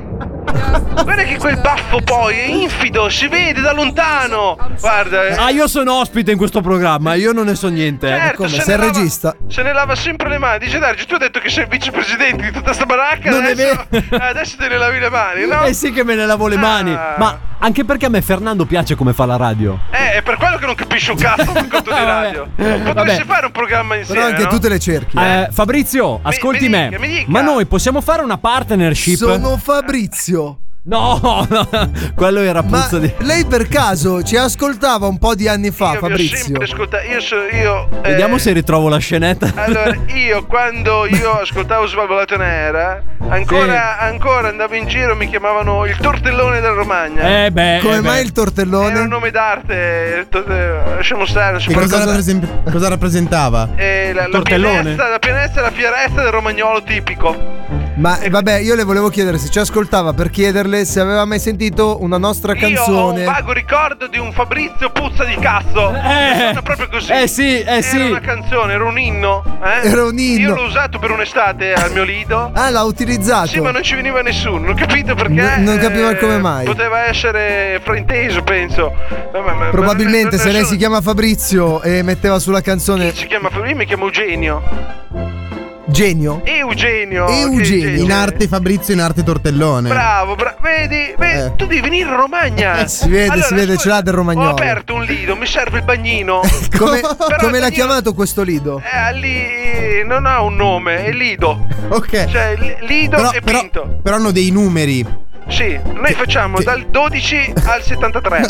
Guarda che quel baffo poi è infido, si vede da lontano. Guarda, eh. Ah, io sono ospite in questo programma, io non ne so niente. eh. Certo, come, se sei ne lava- regista? Se ne lava sempre le mani. Dice Darge, tu hai detto che sei il vicepresidente di tutta sta baracca. Non è adesso, adesso te ne lavi le mani, no? Eh sì che me ne lavo le mani. Ah. Ma anche perché a me Fernando piace come fa la radio. Eh, è per quello che non capisci un cazzo per conto di radio. Potresti Vabbè. fare un programma insieme. Però anche no? tu te le cerchi. Eh, Fabrizio, ascolti mi me. dica, mi dica. Ma noi possiamo fare una partnership? Sono Fabrizio. No, no, quello era Ma puzza di. lei per caso ci ascoltava un po' di anni fa, Io vi ho Fabrizio? sempre ascoltato. Io so, io. eh, Vediamo se ritrovo la scenetta. Allora, io quando io ascoltavo Svalvolato Nera, ancora, ancora andavo in giro, mi chiamavano il tortellone della Romagna. Eh beh. Come eh mai beh. il tortellone? Era un nome d'arte, to- eh, lasciamo stare, non si Che può cosa, dire. rappresent- cosa rappresentava? Eh, la, la Tortellone? pienezza, la pienezza e la fierezza del romagnolo tipico. Ma vabbè, io le volevo chiedere se ci ascoltava per chiederle se aveva mai sentito una nostra Io ho un canzone. vago ricordo di un Fabrizio Puzza di Cazzo. Eh. Che suona proprio così. Eh sì, eh Era sì. una canzone, era un inno. eh? Era un inno. Io l'ho usato per un'estate al mio lido. Ah, l'ha utilizzato. Sì, ma non ci veniva nessuno, non ho capito perché. N- non capiva eh, come mai. Poteva essere frainteso, penso. Ma- ma- ma- Probabilmente ma- se lei nessuno- si chiama Fabrizio e metteva sulla canzone Si chiama Io mi chiamo Eugenio. Genio. Eugenio. Eugenio. che In arte Fabrizio, in arte Tortellone. Bravo, bravo. Vedi, vedi Eh. tu devi venire in Romagna. Eh, si vede, si vede, ce l'ha del romagnolo. Ho aperto un lido, mi serve il bagnino. Come, Però come il l'ha bagnino- chiamato questo lido? Eh, lì non ha un nome, è Lido. Ok. Cioè, li- Lido Però, e però, Pinto. però hanno dei numeri. Sì, noi facciamo che- dal dodici al settantatré.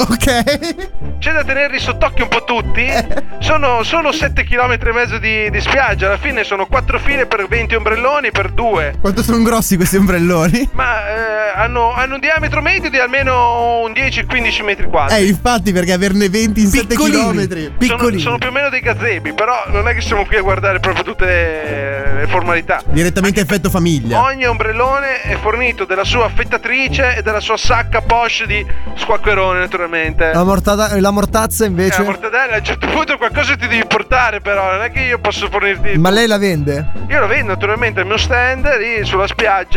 Ok. C'è da tenerli sott'occhio un po' tutti. Sono, sono sette chilometri e mezzo di, di spiaggia. Alla fine sono quattro file per venti ombrelloni per due. Quanto sono grossi questi ombrelloni? Ma eh, hanno, hanno un diametro medio di almeno un dieci quindici metri quadri. Eh, infatti, perché averne venti in sette Piccolini. chilometri. Sono, Piccolini. sono più o meno dei gazebi, però non è che siamo qui a guardare proprio tutte le, le formalità. Direttamente effetto famiglia. Ogni ombrellone è fornito della sua affettatrice e della sua sacca poche di squacquerone, naturalmente. La, mortada- la mortazza Eh, invece? la mortadella a un certo punto qualcosa ti devi portare, però non è che io posso fornirti. Ma lei la vende? Io lo vendo naturalmente al mio stand lì sulla spiaggia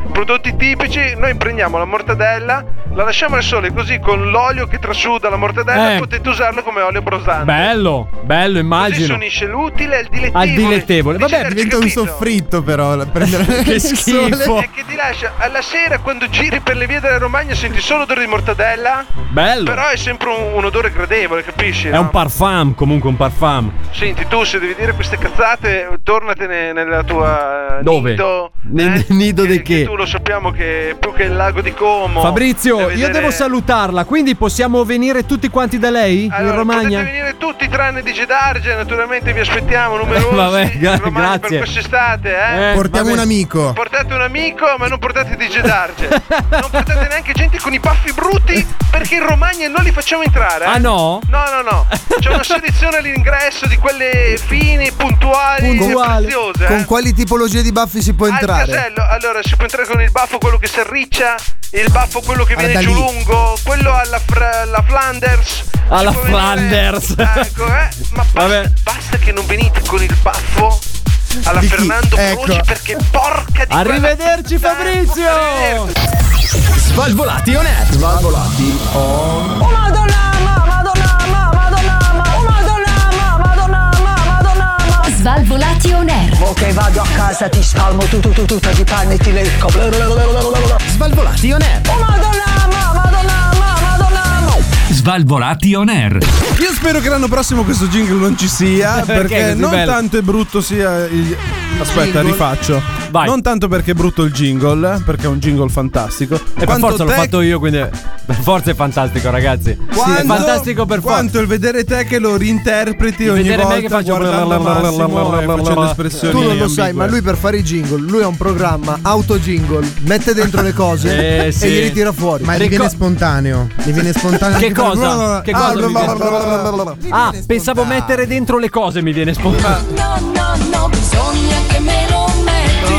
prodotti tipici. Noi prendiamo la mortadella, la lasciamo al sole così con l'olio che trasuda la mortadella, Eh. potete usarlo come olio brosante. Bello, bello, Così immagino. si unisce l'utile al dilettevole. Al dilettevole. Dice Vabbè, Darge, Diventa un capito? soffritto, però. la- Prendere Che il schifo. sole. E che ti lascia alla sera, quando giri per le vie della Romagna, senti solo odore di mortadella. Bello. Però è sempre un, un odore gradevole, capisci? È no? un parfum, comunque un parfum. Senti, tu se devi dire queste cazzate, tornatene nella tua Dove? nido. Nel nido di che? Tu lo sappiamo che più che il lago di Como. Fabrizio, da io vedere- devo salutarla, quindi possiamo venire tutti quanti da lei Allora, in Romagna? potete venire tutti tranne di Gedarge, naturalmente vi aspettiamo numerosi. Vabbè, gra- in Romagna grazie. per quest'estate, eh. Eh, Portiamo vabbè. un amico. Portate un amico, ma non portate di Gedarge. Non portate neanche gente con i baffi brutti, perché in Romagna non li facciamo entrare. eh. Ah no? No, no, no. C'è una selezione all'ingresso di quelle fini, puntuali Puntuali. e preziose. Con eh. quali tipologie di baffi si può Al entrare? casello, allora si può entrare con il baffo quello che si arriccia, il baffo quello che viene da giù lì. lungo, quello alla, fra- alla Flanders. Alla Si può venire- Flanders. Ecco, eh. Ma basta, Vabbè. basta che non venite con il baffo alla Di chi? Fernando Ecco. Croce, perché porca di Arrivederci quella- Fabrizio. Arrivederci. Svalvolati on air. Svalvolati on. Oh Madonna, ma, Madonna, ma, Madonna, ma, oh Madonna, ma, Madonna, ma, Madonna, ma. Svalvolati on air. Ok, vado a casa, ti spalmo tu tu tu tutta di panni e ti lecco. Svalvolati on air. Oh Madonna, ma, Madonna, ma, Madonna, ma. Svalvolati on air. Io spero che l'anno prossimo questo jingle non ci sia, Perché perché così non bello? tanto è brutto sia il... Aspetta, Jingle. rifaccio. Vai. Non tanto perché è brutto il jingle, perché è un jingle fantastico. E per quanto forza l'ho te- fatto io, quindi per forza è fantastico, ragazzi. È Quando- fantastico per forza. Quanto il vedere te che lo reinterpreti Di ogni vedere me volta che faccio guardando Massimo e facendo espressioni Tu non lo sai, ambigue. ma lui per fare i jingle, lui ha un programma auto jingle, mette dentro le cose Eh, sì. e glieli tira fuori. Ma gli Rico- viene spontaneo. Gli viene spontaneo. Che anche fare- cosa? Che cosa mi viene? Ah, pensavo mettere dentro le cose, mi viene spontaneo. No, no, no, bisogna che me lo metti.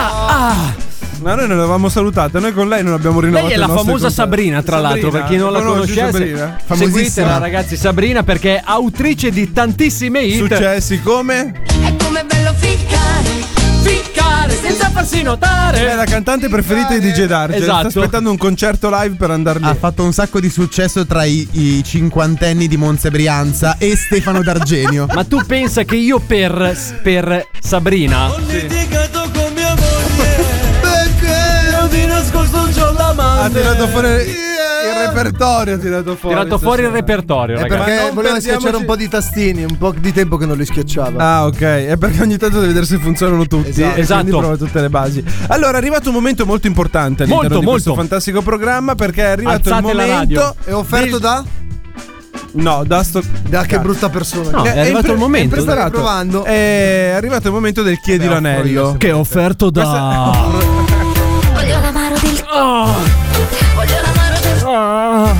Ma noi non l'avevamo salutata, noi con lei non abbiamo rinnovato Lei è i la nostri famosa contratti. Sabrina, tra l'altro, Sabrina, per chi non la conosci conoscesse. Sabrina? Famosissima. Seguitela, ragazzi, Sabrina, perché è autrice di tantissime hit. Successi come? È come bello ficcare. Ficcare senza farsi notare. È la cantante preferita di D J Darge. Esatto. Sta aspettando un concerto live per andare lì. Ha fatto un sacco di successo tra i, i cinquantenni di Monza e Brianza e Stefano D'Argenio. Ma tu pensa che io per, per Sabrina io di nascosto c'ho la mano. Ha tirato fuori il repertorio. Ha tirato fuori, tirato fuori il stasera. repertorio, È ragazzi. perché Ma non voleva perdiamoci- schiacciare un po' di tastini, un po' di tempo che non li schiacciava. Ah, ok. È perché ogni tanto deve vedere se funzionano tutti. Esatto. E Esatto. quindi prova tutte le basi. Allora, è arrivato un momento molto importante all'interno Molto, di questo molto. fantastico programma, perché è arrivato Alzate il la momento. radio. È offerto del- da? No, da sto. Da che brutta persona. No, che è arrivato impre- il momento. è impreparato. Stai provando? È arrivato il momento del chiedi l'anello. Che è offerto da Voglio l'amaro del. Voglio l'amaro del. Ah,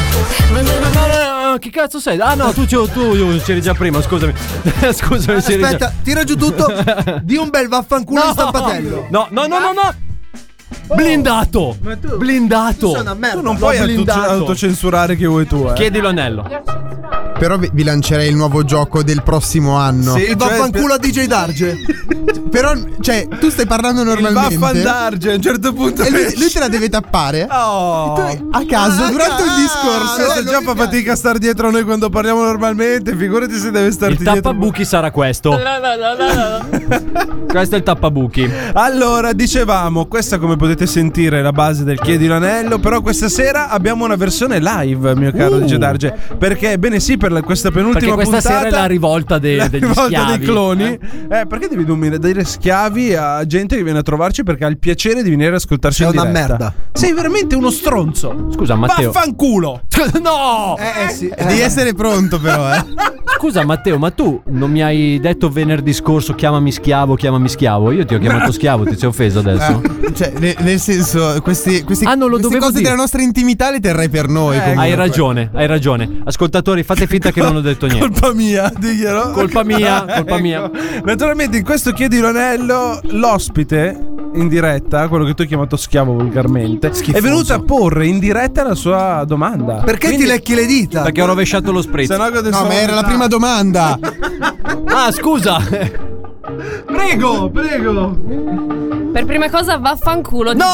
che cazzo sei? Ah no, tu, tu, tu c'eri già prima, scusami. Scusami, c'eri già. Aspetta, tira giù tutto. Di un bel vaffanculo No. in stampatello. No, no, no, no, no. Blindato. Blindato. Tu sei una merda. Tu non L'ho puoi auto- blindato. autocensurare che vuoi tu, eh. Chiedi l'anello. Però vi, vi lancerei il nuovo gioco del prossimo anno. Sì, Il cioè, vaffanculo a D J Darge. Però, cioè, tu stai parlando il normalmente. vaffandarge a un certo punto. E lui, lui te la deve tappare. Oh. Tu, a caso, Ah, durante un ah, discorso. Questo eh, già non fa mi piace. fatica a star dietro a noi quando parliamo normalmente. Figurati se deve starti Il dietro. tappabuchi sarà questo. Questo è il tappabuchi. Allora, dicevamo, questa come potete sentire è la base del chiedi l'anello. Però questa sera abbiamo una versione live, mio caro Uh. D J Darge. Perché, bene sì, per la- questa penultima Perché questa puntata sera è la rivolta de- la degli rivolta schiavi. dei cloni. Eh? Eh, perché devi domin- dire schiavi a gente che viene a trovarci perché ha il piacere di venire a ascoltarci Sei in una diretta. merda. Sei veramente uno stronzo. Scusa, Matteo. Vaffanculo. No! Eh, eh sì. Devi essere pronto, però, eh. Scusa, Matteo, ma tu non mi hai detto venerdì scorso chiamami schiavo, chiamami schiavo? Io ti ho chiamato schiavo, ti sei offeso adesso? Cioè, ne- nel senso, questi, questi, Ah, non lo queste dovevo cose dire. della nostra intimità le terrei per noi. comunque. Hai ragione, hai ragione. Ascoltatori, fate finta che non ho detto niente. Colpa mia, diglielo. Colpa mia, colpa mia. Naturalmente in questo chiedi l'anello l'ospite in diretta, quello che tu hai chiamato schiavo volgarmente, Schifoso. è venuto a porre in diretta la sua domanda. Perché Quindi- ti lecchi le dita? Perché ho rovesciato lo spritz. Se no, gode No, solo- ma era la prima domanda. Ah, scusa. Prego, prego. Per prima cosa vaffanculo. No,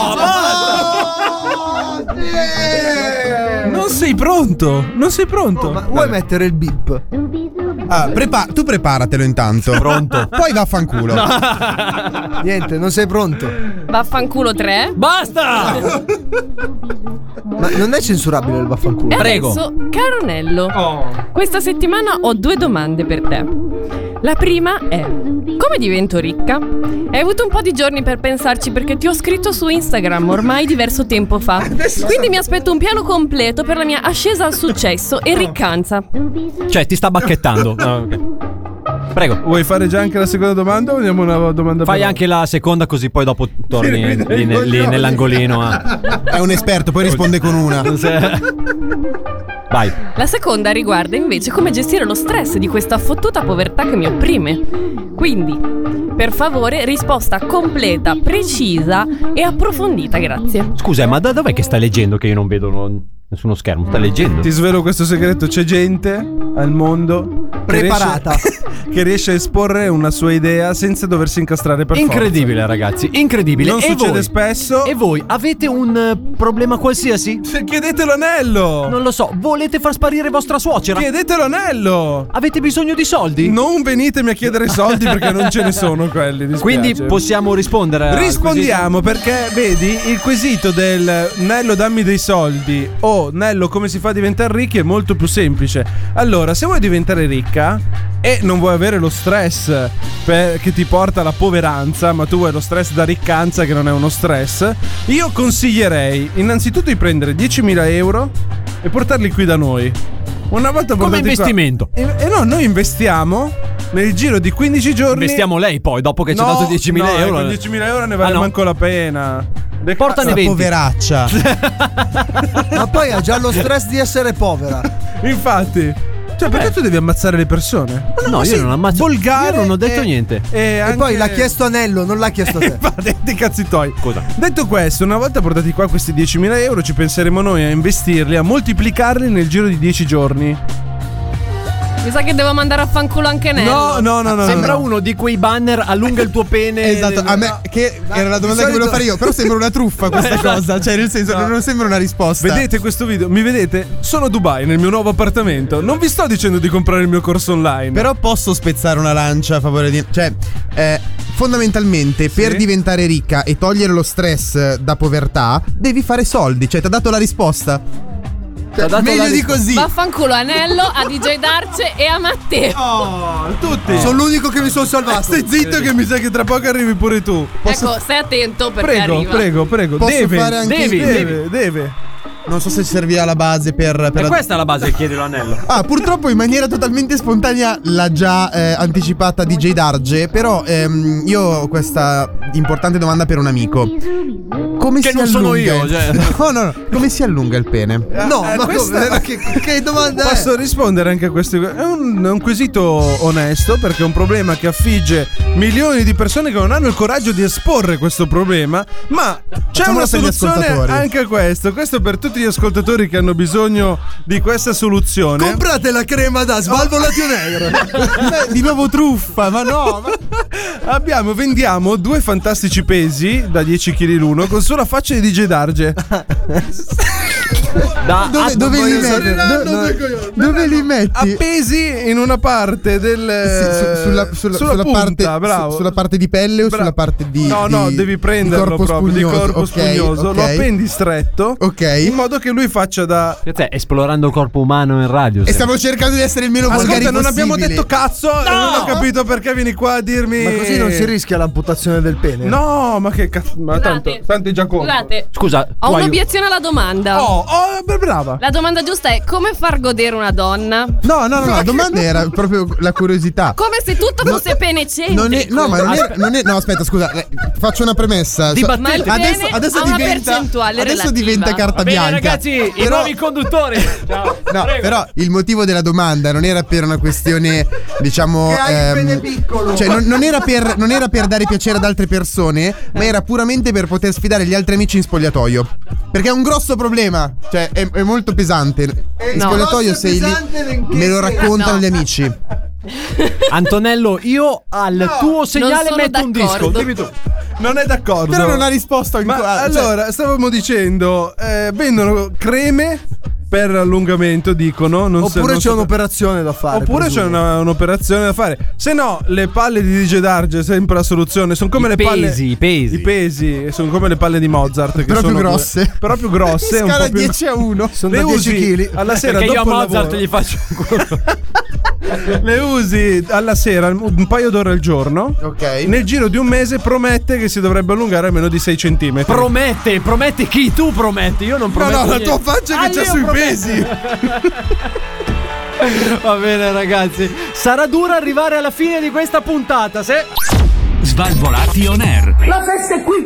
Eh, Non sei pronto? Non sei pronto? ma vuoi mettere il bip? Ah, prepa- tu preparatelo intanto. Pronto. Poi vaffanculo. Niente, non sei pronto. Vaffanculo tre. Basta! Ma non è censurabile il vaffanculo. E adesso, caro Nello, questa settimana ho due domande per te. La prima è: come divento ricca? Hai avuto un po' di giorni per pensarci perché ti ho scritto su Instagram ormai diverso tempo fa. Quindi mi aspetto un piano completo per la mia ascesa al successo e riccanza. Cioè, ti sta bacchettando. Ah, ok. Prego. Vuoi fare già anche la seconda domanda o vediamo una domanda? Fai per... anche la seconda, così poi dopo torni Sì, lì, vedi, ne- lì coglioni. nell'angolino. ah. È un esperto, poi risponde con una. Vai. La seconda riguarda invece come gestire lo stress di questa fottuta povertà che mi opprime. Quindi, per favore, risposta completa, precisa e approfondita, grazie. Scusa, ma da dov'è che stai leggendo che io non vedo no- nessuno schermo? Stai leggendo? Ti svelo questo segreto: c'è gente al mondo Preparata. che riesce, che riesce a esporre una sua idea senza doversi incastrare per Incredibile, forza. ragazzi, incredibile. Non e succede voi? spesso. E voi avete un eh, problema qualsiasi? Chiedetelo a Nello. Non lo so, volete far sparire vostra suocera? Chiedetelo a Nello. Avete bisogno di soldi? Non venitemi a chiedere soldi perché non ce ne sono quelli. dispiace. Quindi possiamo rispondere a Rispondiamo perché vedi il quesito del Nello dammi dei soldi o Nello come si fa a diventare ricchi è molto più semplice. Allora, se vuoi diventare ricca e non vuoi avere lo stress per- che ti porta alla poveranza, ma tu vuoi lo stress da riccanza che non è uno stress, io consiglierei innanzitutto di prendere diecimila euro e portarli qui da noi. Una volta Come portati qua- investimento. E, e no, noi investiamo nel giro di quindici giorni. Investiamo lei poi, dopo che ci ha No, dato diecimila no, euro. con diecimila euro ne vale Ah, no. manco la pena. De Portane cazzo. venti. Poveraccia. Ma poi ha già lo stress di essere povera. Infatti. Cioè, perché Eh. tu devi ammazzare le persone? Ma No, io sei non ammazzo. volgare Io non ho detto e- niente. E, E anche- poi l'ha chiesto a Nello, non l'ha chiesto a te. Infatti, dei cazzi tuoi. Cosa? Detto questo, una volta portati qua questi diecimila euro, ci penseremo noi a investirli, a moltiplicarli nel giro di dieci giorni. Mi sa che devo mandare a fanculo anche Nello. No, no, no, no. Sembra no, no. uno di quei banner allunga il tuo pene. Esatto, a me che era la domanda che volevo fare io, però sembra una truffa questa Esatto. cosa, cioè nel senso No. non sembra una risposta. Vedete questo video? Mi vedete? Sono a Dubai nel mio nuovo appartamento. Non vi sto dicendo di comprare il mio corso online. Però posso spezzare una lancia a favore di... Cioè, eh, fondamentalmente per diventare ricca e togliere lo stress da povertà devi fare soldi, cioè ti ha dato la risposta. Cioè, dato meglio la di risposta. così. Vaffanculo a Nello, a D J Darce e a Matteo. Oh, tutti. Sono l'unico che mi sono salvato. Stai zitto che mi sa che tra poco arrivi pure tu. Ecco, stai attento perché Prego, arriva. prego, prego. Posso Deve, fare anche- devi, Devi, deve, deve. Non so se servirà la base per... per E la- questa è la base, chiedilo a Nello. Ah, purtroppo in maniera totalmente spontanea l'ha già eh, anticipata D J Darge. Però ehm, io ho questa importante domanda per un amico. Come Che si non sono allunga io, il- cioè. No, no, no. Come si allunga il pene? No, Eh, ma questa- come- che, che domanda Posso è? rispondere anche a questo? È un, è un quesito onesto perché è un problema che affligge milioni di persone che non hanno il coraggio di esporre questo problema. Ma c'è Facciamolo una per gli soluzione ascoltatori. anche a questo. Questo per tutti gli ascoltatori che hanno bisogno di questa soluzione. Comprate la crema da svalvolation air. Eh, Di nuovo truffa, ma no. ma- Abbiamo, vendiamo due fantastici pesi da dieci chili l'uno con sulla faccia di D J Darge. Da Dove, ah, dove li voglio metti? sapere- Do- no, dove li metti? Appesi in una parte del Sì, su- sulla, sulla- sulla punta, parte, bravo. su- sulla parte di pelle o Bra- sulla parte di No, no, di- devi di prenderlo corpo proprio spugnoso. di corpo Ok, spugnoso, ok. lo appendi stretto, Ok. in modo che lui faccia da... Che te, esplorando il corpo umano in radio. E sempre. stiamo cercando di essere il meno volgari Ascolta, non possibile. abbiamo detto cazzo e non ho capito perché vieni qua a dirmi... Ma così non si rischia l'amputazione del pene. No, ma che cazzo, ma tanto, Scusate. tanto è già conto. Scusate, Scusa, ho tu hai- un'obiezione alla domanda. Oh, oh, beh, brava. La domanda giusta è: come far godere una donna? No, no, no, no, la domanda era proprio la curiosità. Come se tutto fosse penecentrico. Non è, no, ma non è, non è- no, aspetta, scusa, eh, faccio una premessa. Di So- battete. Ma il pene adesso adesso ha una diventa percentuale adesso relativa. diventa carta Va bene, bianca. ragazzi, i Però- nuovi conduttori. Ciao. No, Prego. però il motivo della domanda non era per una questione, diciamo. Che hai il ehm, pene piccolo. Cioè, non, non era per, non era per dare piacere ad altre persone, ma era puramente per poter sfidare gli altri amici in spogliatoio. Perché è un grosso problema. Cioè, è, è molto pesante. In No. spogliatoio Grosso e sei lì. pesante in che Me lo senso? raccontano No. gli amici. Antonello, io al tuo segnale sono metto un disco. d'accordo. Dimmi tu. non è d'accordo. Però non ha risposto Ma ancora. allora, stavamo dicendo, eh, vendono creme per allungamento, dicono. Non Oppure so, non c'è so- un'operazione da fare. Oppure c'è presumo. una- un'operazione da fare. Se no, le palle di D J Darge è sempre la soluzione. Sono come I le palle. pesi, i pesi. I pesi. Sono come le palle di Mozart. Che Però più sono grosse. Però più grosse. un Scala po' più- dieci a uno. Sono le da dieci usi chili. alla sera Perché io a dopo il Mozart lavoro. gli faccio un culo. Le usi alla sera un paio d'ore al giorno. Ok. Nel giro di un mese promette che si dovrebbe allungare almeno di sei centimetri. Promette, promette chi? Tu prometti, io non No, prometto no, la niente. tua faccia Ah, che c'è io sui prometto. pesi. Va bene ragazzi, sarà duro arrivare alla fine di questa puntata, se... Svalvolati on air. La festa è qui.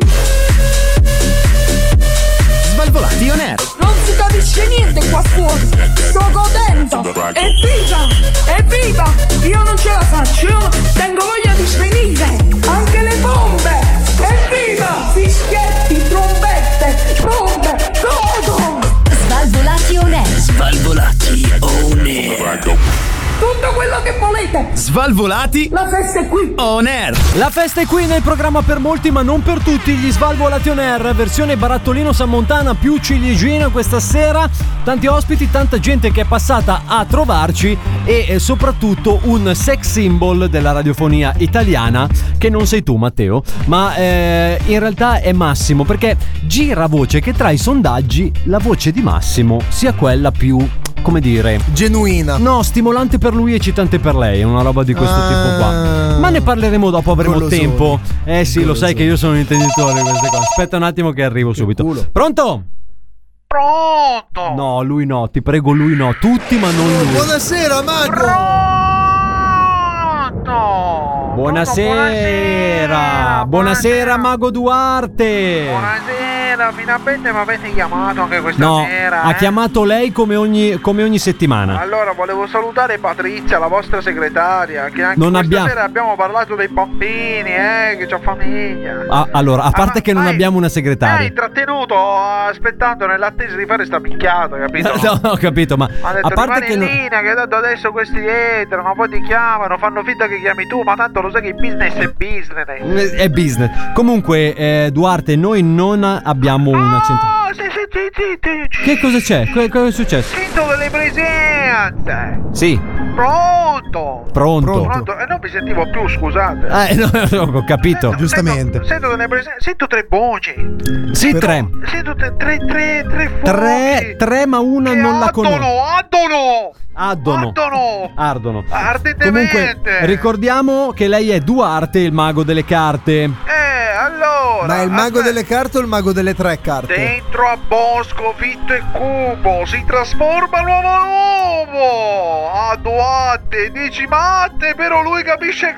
Svalvolati on air. Non si capisce niente qua fuori. Sto godendo. Evviva! Evviva! Io non ce la faccio. Io tengo voglia di svenire. Anche le bombe. Evviva! Fischietti, trombette, bombe. Godo! Svalvolati on air. Svalvolati on air. Tutto quello che volete. Svalvolati La festa è qui. on air. La festa è qui nel programma per molti ma non per tutti. Gli Svalvolati on air, versione Barattolino Sammontana più ciliegina questa sera. Tanti ospiti, tanta gente che è passata a trovarci e eh, soprattutto un sex symbol della radiofonia italiana che non sei tu Matteo, ma eh, in realtà è Massimo, perché gira voce che tra i sondaggi la voce di Massimo sia quella più, come dire, genuina. No, stimolante per lui e eccitante per lei. È una roba di questo Ah. tipo qua. Ma ne parleremo dopo, avremo Golosone. tempo. Eh sì, lo sai che io sono un intenditore di queste cose. Aspetta un attimo che arrivo subito. Pronto? Pronto? No, lui no, ti prego, lui no. Tutti, ma non lui. Buonasera, Mago. Pronto? Buonasera. Buonasera, Mago Duarte. Buonasera, finalmente mi avete chiamato anche questa No, sera. ha eh? chiamato lei come ogni, come ogni settimana. Allora, volevo salutare Patrizia, la vostra segretaria, che anche Non questa abbiamo- sera abbiamo parlato dei bambini, eh, che c'ho famiglia. Ah, allora, a parte che non abbiamo una Mi hai segretaria. intrattenuto aspettando nell'attesa di fare sta picchiata, capito? No, ho capito, ma Ha detto a parte rimani che in non- linea, che tanto adesso questi entrano, poi ti chiamano, fanno finta che chiami tu, ma tanto lo sai che il business è business. è business. Comunque, eh, Duarte, noi non abbiamo una centrale. Oh, sì, sì, sì, sì, sì. Che cosa c'è? Que- cosa è successo? Sento delle presenze. Sì, Pronto? Pronto. Pronto? Eh, non mi sentivo più, scusate. eh, no, no, ho capito. Sento, sento delle presenze, sento tre voci. Sì, tre. Sento tre, tre, tre, tre fuochi. Tre, tre, ma una non la conosco. Addono, Addono. addono. Ardono. Ardentemente. Comunque, ricordiamo che lei è Duarte, il mago delle carte. Eh, allora. Ma è il mago aspetta. delle carte o il mago delle tre carte? Dentro a Bosco, Fitto e Cubo si trasforma l'uomo nuovo. A Duarte, dici matte, però lui capisce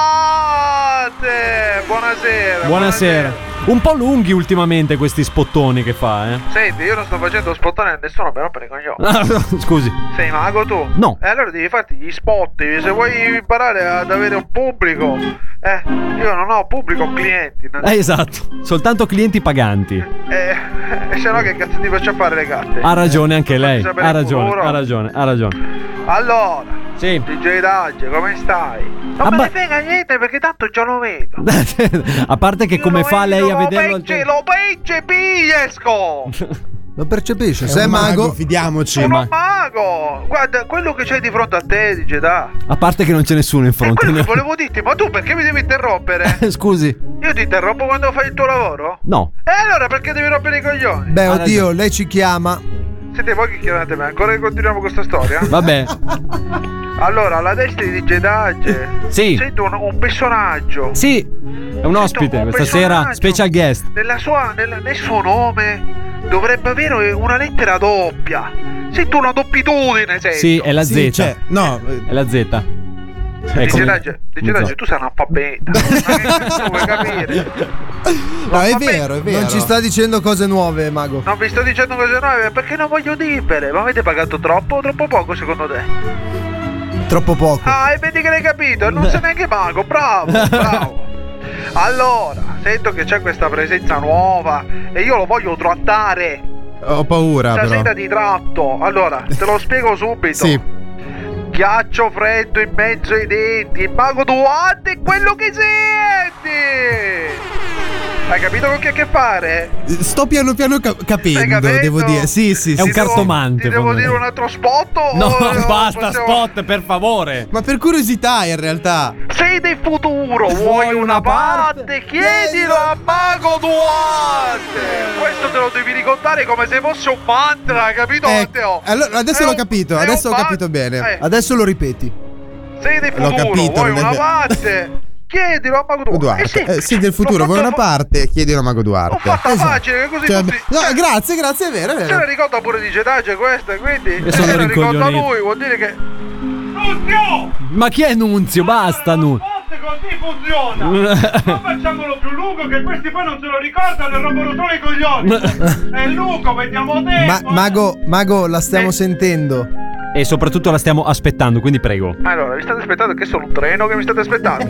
carte. Buonasera. Buonasera. Un po' lunghi ultimamente questi spottoni che fa, eh. Senti, io non sto facendo spottare a nessuno per rompere i coglioni. Scusi. Sei mago tu? No. E allora devi farti gli spot. Se vuoi imparare ad avere un pubblico. Eh, io non ho pubblico, ho clienti. non- Eh, esatto. Soltanto clienti paganti. Eh, e se no che cazzo ti faccio fare le carte? Ha ragione anche lei. sapere Ha il ragione, futuro? ha ragione, ha ragione. Allora, sì. D J Dagge, come stai? Non me ne frega niente perché tanto già lo vedo. A parte che come fa lei a vederlo al Pegge, lo pegge pigliesco! Lo percepisce? È Se è un mago, mago, fidiamoci. Sono un mago! Guarda, quello che c'hai di fronte a te, D J Da. A parte che non c'è nessuno in fronte. Quello che volevo dirti, ma tu perché mi devi interrompere? Scusi. Io ti interrompo quando fai il tuo lavoro? No. E allora perché devi rompere i coglioni? beh, oddio, lei ci chiama. Siete voi che chiamate me, ancora che continuiamo questa storia? Vabbè. Allora, alla destra di D J Dagge Sì. sento un, un personaggio. Sì, è un ospite questa sera, special guest. Nella sua, nella, nel suo nome dovrebbe avere una lettera doppia. Sento una doppitudine, sento. Sì, è la Z. Sì, c'è. No, è la Z. D J Dagge, D J Dagge, tu sei analfabeta. Non vuoi capire? No, è vabbè, vero, è vero. Non ci sta dicendo cose nuove, mago. Non vi sto dicendo cose nuove perché non voglio dirvele. Ma avete pagato troppo o troppo poco secondo te? Troppo poco. Ah, e vedi che l'hai capito, non sei neanche mago, bravo, bravo. Allora, sento che c'è questa presenza nuova e io lo voglio trattare. Ho paura, però. Stasera ti tratto. Allora, te lo spiego subito. Sì. Ghiaccio freddo in mezzo ai denti. Il mago Duarte è quello che senti. Hai capito con che ha a che fare? Sto piano piano cap- capendo, devo dire. Sì, sì, È sì. un sì. cartomante. Ti devo dire un altro spot? No, o basta possiamo- spot, per favore. Ma per curiosità, in realtà. Sei del futuro, vuoi una parte? Chiedilo a Mago Duarte! Questo te lo devi ricordare come se fosse un mantra, capito Ecco, Matteo? allora, adesso È l'ho un- capito, è adesso un ho man- capito bene. Eh, Adesso lo ripeti. sei del L'ho futuro, capito, vuoi non è una vero. parte? Chiedilo a Mago Duarte. Duarte. Eh sì, Eh, sì, del futuro, l'ho vuoi fatto- una parte? Chiedilo a Mago Duarte. L'ho fatta facile, che così Cioè, tutti... no, grazie, grazie, è vero, è Se vero. la ricorda pure di Gedace questa, quindi E sono se la ricorda rincoglionito. lui, vuol dire che... Nunzio! Ma chi è Nunzio? Basta, Nunzio. Così funziona! Non facciamolo più lungo che questi poi non se lo ricordano e rompono solo i coglioni! È lungo, mettiamo tempo! Ma, eh. Mago, Mago, la stiamo sentendo. E soprattutto la stiamo aspettando, quindi prego. Allora, vi state aspettando che sono un treno che mi state aspettando?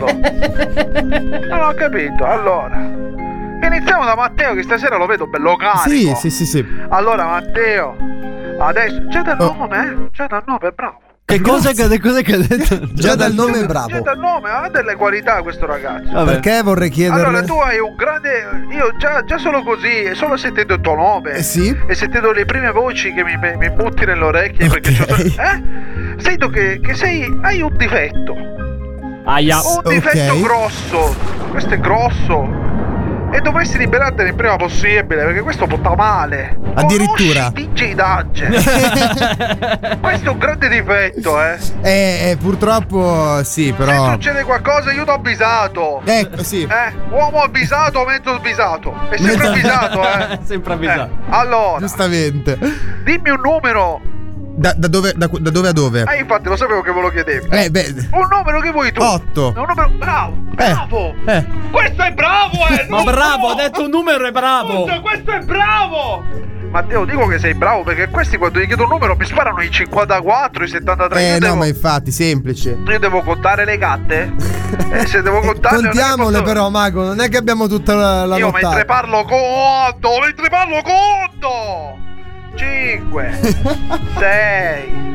Non ho capito, allora. Iniziamo da Matteo che stasera lo vedo bello carico. Sì, sì, sì, sì. Allora Matteo, adesso già dal Oh. nome, eh? Già dal nome, bravo. Che cosa che, cosa che ha detto? Già dal nome è Già bravo. dal nome, ha delle qualità questo ragazzo. Vabbè. Perché vorrei chiederle? Allora tu hai un grande. Io già, già solo così, solo sentendo il tuo nome Eh sì? e sentendo le prime voci che mi, mi butti nelle orecchie perché c'ho, eh? Sento che, che sei. Hai un difetto. Aia. Un difetto Ok. grosso. Questo è grosso. E dovresti liberartene il prima possibile, perché questo porta male. Addirittura. Conosci D J Dagge. Questo è un grande difetto, eh. Eh, eh, purtroppo sì, Se però. succede qualcosa io t'ho avvisato. Ecco, sì. Eh, uomo avvisato, mezzo avvisato. È sempre Mezzo- avvisato, eh. Sempre avvisato. Eh, allora, Giustamente. dimmi un numero. Da, da dove, da, da dove a dove? Ah, infatti lo sapevo che ve lo chiedevi. Eh, beh. Un numero che vuoi tu. Otto. Un numero. Bravo, bravo. Eh. Questo è bravo, eh. Ma bravo, ha detto un numero e bravo. Scusa, questo è bravo. Matteo, dico che sei bravo perché questi quando gli chiedo un numero mi sparano i cinquantaquattro, i settantatré. Eh, io, no, devo, ma infatti, semplice. io devo contare le gatte. E se devo contarle non è che Contiamole posso- però, Mago, non è che abbiamo tutta la, la Io nottata. mentre parlo conto, mentre parlo conto. cinque sei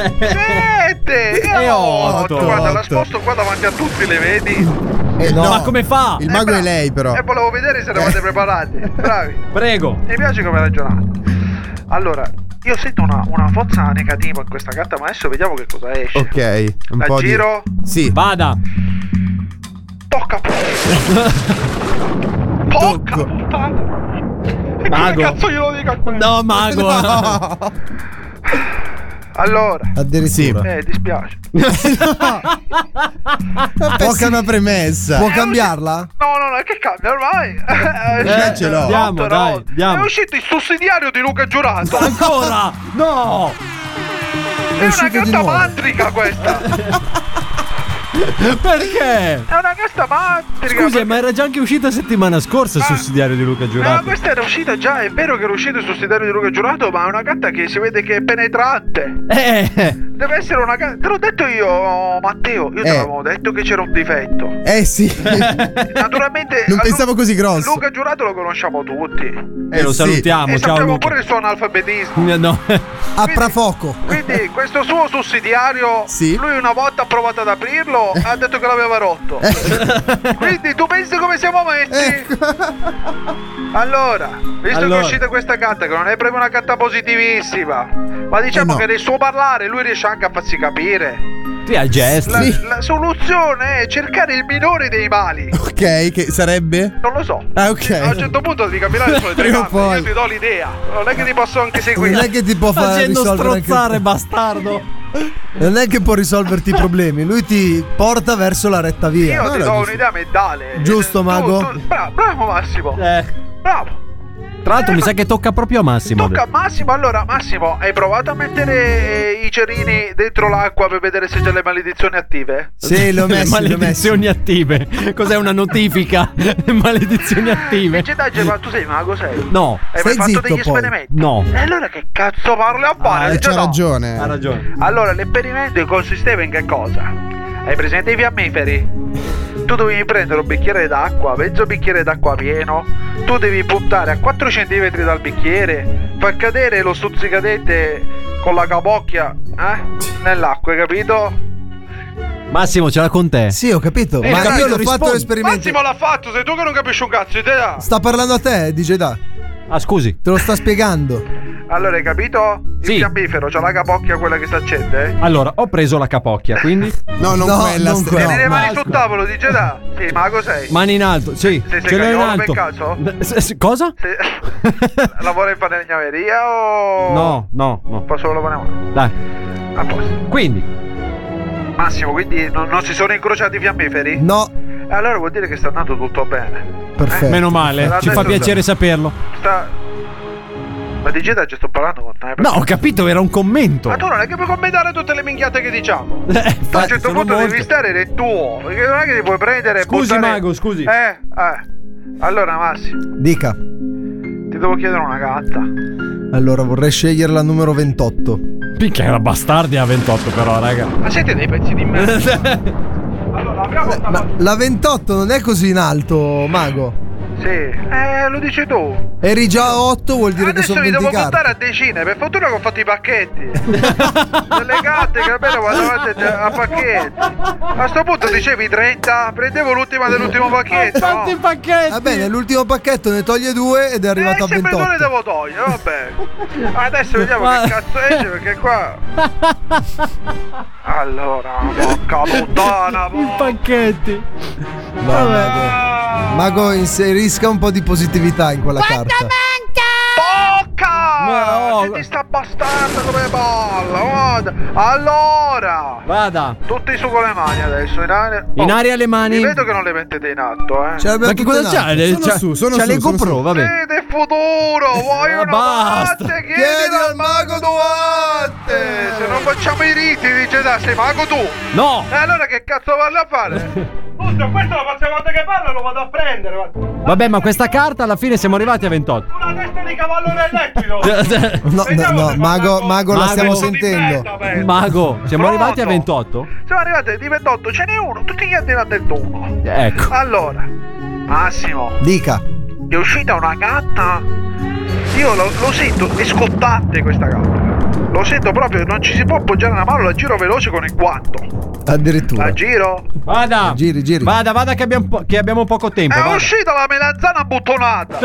sette E otto. Guarda, la Otto. sposto qua davanti a tutti, le vedi? Eh, No, no, ma come fa? Il mago Eh, è lei, però. E volevo vedere se eravate preparati. Bravi. Prego. Mi piace come ragionate. Allora, io sento una, una forza negativa in questa carta, ma adesso vediamo che cosa esce. Ok. Un La po' giro. di. Sì. Vada. Tocca. Porca Tocco. puttana. E come Mago. cazzo glielo dico a quello? No, mago. No. Allora. Addirittura. Eh, dispiace. Pessima premessa. Può cambiarla? No, no, no, che cambia ormai? Eh, ce l'ho. Andiamo, Otto, dai, no. andiamo. È uscito il sussidiario di Luca Giurato. Ancora? No. È una uscito di carta nuovo. mantrica questa. Perché? È una carta mantrica. Scusa, ma era già anche uscita settimana scorsa il Ah. sussidiario di Luca No, Giurato. questa era uscita già, è vero che era uscito il sussidiario di Luca Giurato, ma è una carta che si vede che è penetrante. Eh. Deve essere una carta. Te l'ho detto io, Matteo. Io te Eh. l'avevo detto che c'era un difetto. Eh sì. Naturalmente. Non a pensavo Lu- così grosso. Luca Giurato lo conosciamo tutti. Eh, lo sì. salutiamo. E Ciao sappiamo Luca. pure il suo analfabetismo. No. A prafoco. Quindi questo suo sussidiario, Sì. lui una volta ha provato ad aprirlo e ha detto che l'aveva rotto. Quindi tu pensi come siamo messi? Allora, visto Allora. che è uscita questa carta, che non è proprio una carta positivissima, ma diciamo Eh no. che nel suo parlare lui riesce anche a farsi capire. Sì, al gesto. La, Sì. la soluzione è cercare il minore dei mali. Ok, che sarebbe? Non lo so. Ah, ok. A un certo punto devi capire le sue tre Prima o gambe. poi. Io ti do l'idea. Non è che ti posso anche seguire. Non è che ti può far Facendo risolvere strozzare, anche... bastardo. Non è che può risolverti i problemi. Lui ti porta verso la retta via. Io No, ti no, do giusto. un'idea mentale. Giusto, Tu- Mago? tu- bravo, bravo Massimo. Eh. Bravo. Tra l'altro mi sa che tocca proprio a Massimo. Tocca a Massimo. Allora, Massimo, hai provato a mettere i cerini dentro l'acqua per vedere se c'è le maledizioni attive? Sì, le ho Le messi, le ho messi. maledizioni attive. Cos'è una notifica? Le maledizioni attive. Dice Dagge, ma tu sei mago, sei? No. Hai Stai mai fatto zitto, degli poi. esperimenti? No. E allora che cazzo parli a fare? Ah, Dice c'ha no. ragione. Ha ragione. Allora, l'esperimento consisteva in che cosa? Hai presente i fiammiferi? Tu devi prendere un bicchiere d'acqua, mezzo bicchiere d'acqua pieno, tu devi puntare a quattro centimetri dal bicchiere, far cadere lo stuzzicadente con la capocchia, eh? Nell'acqua, hai capito? Massimo, ce l'ha con te. Sì, ho capito. Eh, ma ho capito, io l'ho rispondi. fatto l'esperimento. Massimo l'ha fatto, sei tu che non capisci un cazzo di te. Sta parlando a te, D J Da. Ah, scusi. Te lo sta spiegando. Allora, hai capito? Il Sì. fiammifero, c'ha la capocchia quella che si accende? Allora, ho preso la capocchia, quindi. No, non No, quella. non st- quella. Tieni le no, mani ma- sul tavolo, dice da. Sì, ma cos'hai? Mani in alto, sì. Se sei Ce l'ho in cagliolo alto. per caso? Eh, s- s- Cosa? Se... Lavora in falegnameria o... No, no, no. Fa solo lavare mano? Dai. A posto. Quindi, Massimo, quindi non, non si sono incrociati i fiammiferi? No, E allora vuol dire che sta andando tutto bene. perfetto. meno male, Però ci fa adesso piacere sta- saperlo. Sta... Ma di Jedi ci sto parlando con te. No, ho capito, era un commento. Ma tu non è che puoi commentare tutte le minchiate che diciamo. Eh, A un infatti, certo sono punto molte. devi stare nel tuo. Perché non è che ti puoi prendere e Scusi, buttare... Mago, scusi. Eh, eh. Allora, Massimo, Dica. ti devo chiedere una gatta. Allora, vorrei scegliere la numero ventotto. Picchia, era bastardi a ventotto, però, raga. Ma siete dei pezzi di merda. Allora, apriamo sta Ma la ventotto non è così in alto, Mago. Sì, eh, lo dici tu. Eri già a otto, vuol dire che Adesso sono vi devo venti contare carte. a decine. Per fortuna che ho fatto i pacchetti. Delle gatte che almeno vado avanti a pacchetti. A sto punto dicevi trenta. Prendevo l'ultima dell'ultimo pacchetto. Tanti No? pacchetti. Va bene, l'ultimo pacchetto ne toglie due ed è arrivato Eh, a sempre due le ventotto. devo togliere, vabbè. Adesso vediamo Ma- che cazzo esce, perché qua. Allora, porca puttana, I pacchetti. No, Mago. Mago, inserisca un po' di positività in quella carta. Porca! Ma oh. Senti sta bastarda come balla, guarda. Allora, Vada. tutti su con le mani adesso, in aria. In aria le mani. Vi vedo che non le mettete in atto, eh. Ce l'abbiamo Ma che tutte cosa in c'ha? alto. Le- Sono c'ha- su, sono c'ha su, le sono GoPro, su. vabbè. Siete futuro, vuoi Ma una basta. batte? Chiedi Chiedi al al mago Duarte. Se non facciamo i riti, dice da, sei mago tu. No. E allora che cazzo parli a fare? Scusa, questo la prossima volta che parlo lo vado a prendere, guarda. Vabbè, ma questa carta alla fine siamo arrivati a ventotto. Una testa di cavallo elettrico. No, no, Vediamo no, se Mago, parla- Mago la Mago. stiamo Di sentendo. merda, penso. Mago, siamo Pronto? arrivati a ventotto? Siamo arrivati di ventotto, ce n'è uno, tutti gli altri ne hanno detto uno. Ecco. Allora, Massimo, Dica. è uscita una gatta. Io lo, lo sento, è scottante questa gatta. Lo sento proprio, non ci si può appoggiare una mano, la giro veloce con il guanto. Addirittura. La giro? Vada. Giri, giri. Vada, vada che abbiamo, po- che abbiamo poco tempo. È vada. uscita la melanzana buttonata.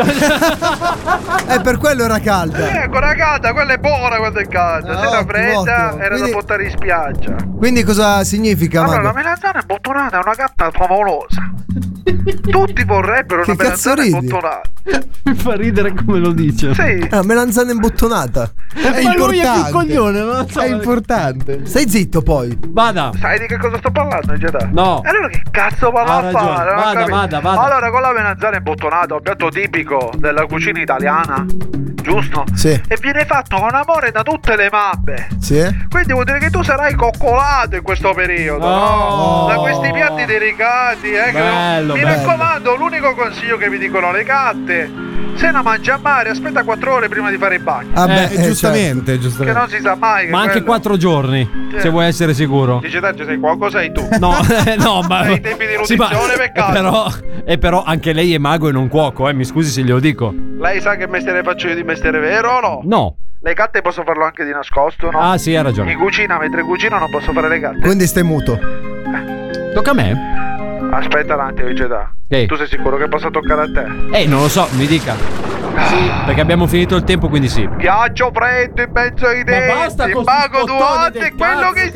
Eh, per quello era calda. Ecco, la gatta, quella è buona quando è calda. Ah, Se era ottimo, fredda, ottimo. era Quindi- da portare in spiaggia. Quindi cosa significa, Allora, la Mago? melanzana è buttonata, è una gatta favolosa. Tutti vorrebbero una Che cazzo melanzana ridi? buttonata. Mi fa ridere come lo dice. Sì. Ah, melanzana imbottonata. È Ma lui è più importante. coglione, non lo so. È importante. Stai zitto poi. Vada. Sai di che cosa sto parlando, Jedi? No. E allora che cazzo vado Ha a ragione. fare? Non ho Vada, capito. vada, vada. Allora, con la melanzana imbottonata, un piatto tipico della cucina italiana, giusto? Sì. E viene fatto con amore da tutte le mamme. Sì? Quindi vuol dire che tu sarai coccolato in questo periodo, Oh. no? Da questi piatti delicati, eh? che- Bello, Mi bello. raccomando, l'unico consiglio che vi dicono le gatte, se la mangi a mare, aspetta quattro ore prima di fare il bagno. Ah, beh, Eh, eh, giustamente, Che giustamente. non si sa mai che Ma anche quello- quattro giorni, Sì. se vuoi essere sicuro. Dice Daggio, sei qua, cosa hai tu? No, eh, no, ma. Ai tempi di Sì, ma- nutrizione, peccato. Però, e però anche lei è mago e non cuoco, eh. Mi scusi se glielo dico. Lei sa che mestiere faccio io di mestiere vero o no? No. Le gatte posso farlo anche di nascosto, no? Ah, sì, ha ragione. In cucina, mentre cucino non posso fare le gatte. Quindi stai muto. Tocca a me? Aspetta un attimo, dice da. Sì. Tu sei sicuro che possa toccare a te? Eh, non lo so, mi dica. Sì, perché abbiamo finito il tempo, quindi sì. Ghiaccio freddo in mezzo ai denti. basta con sti Mago scottoni Duarte del è quello cazzo che che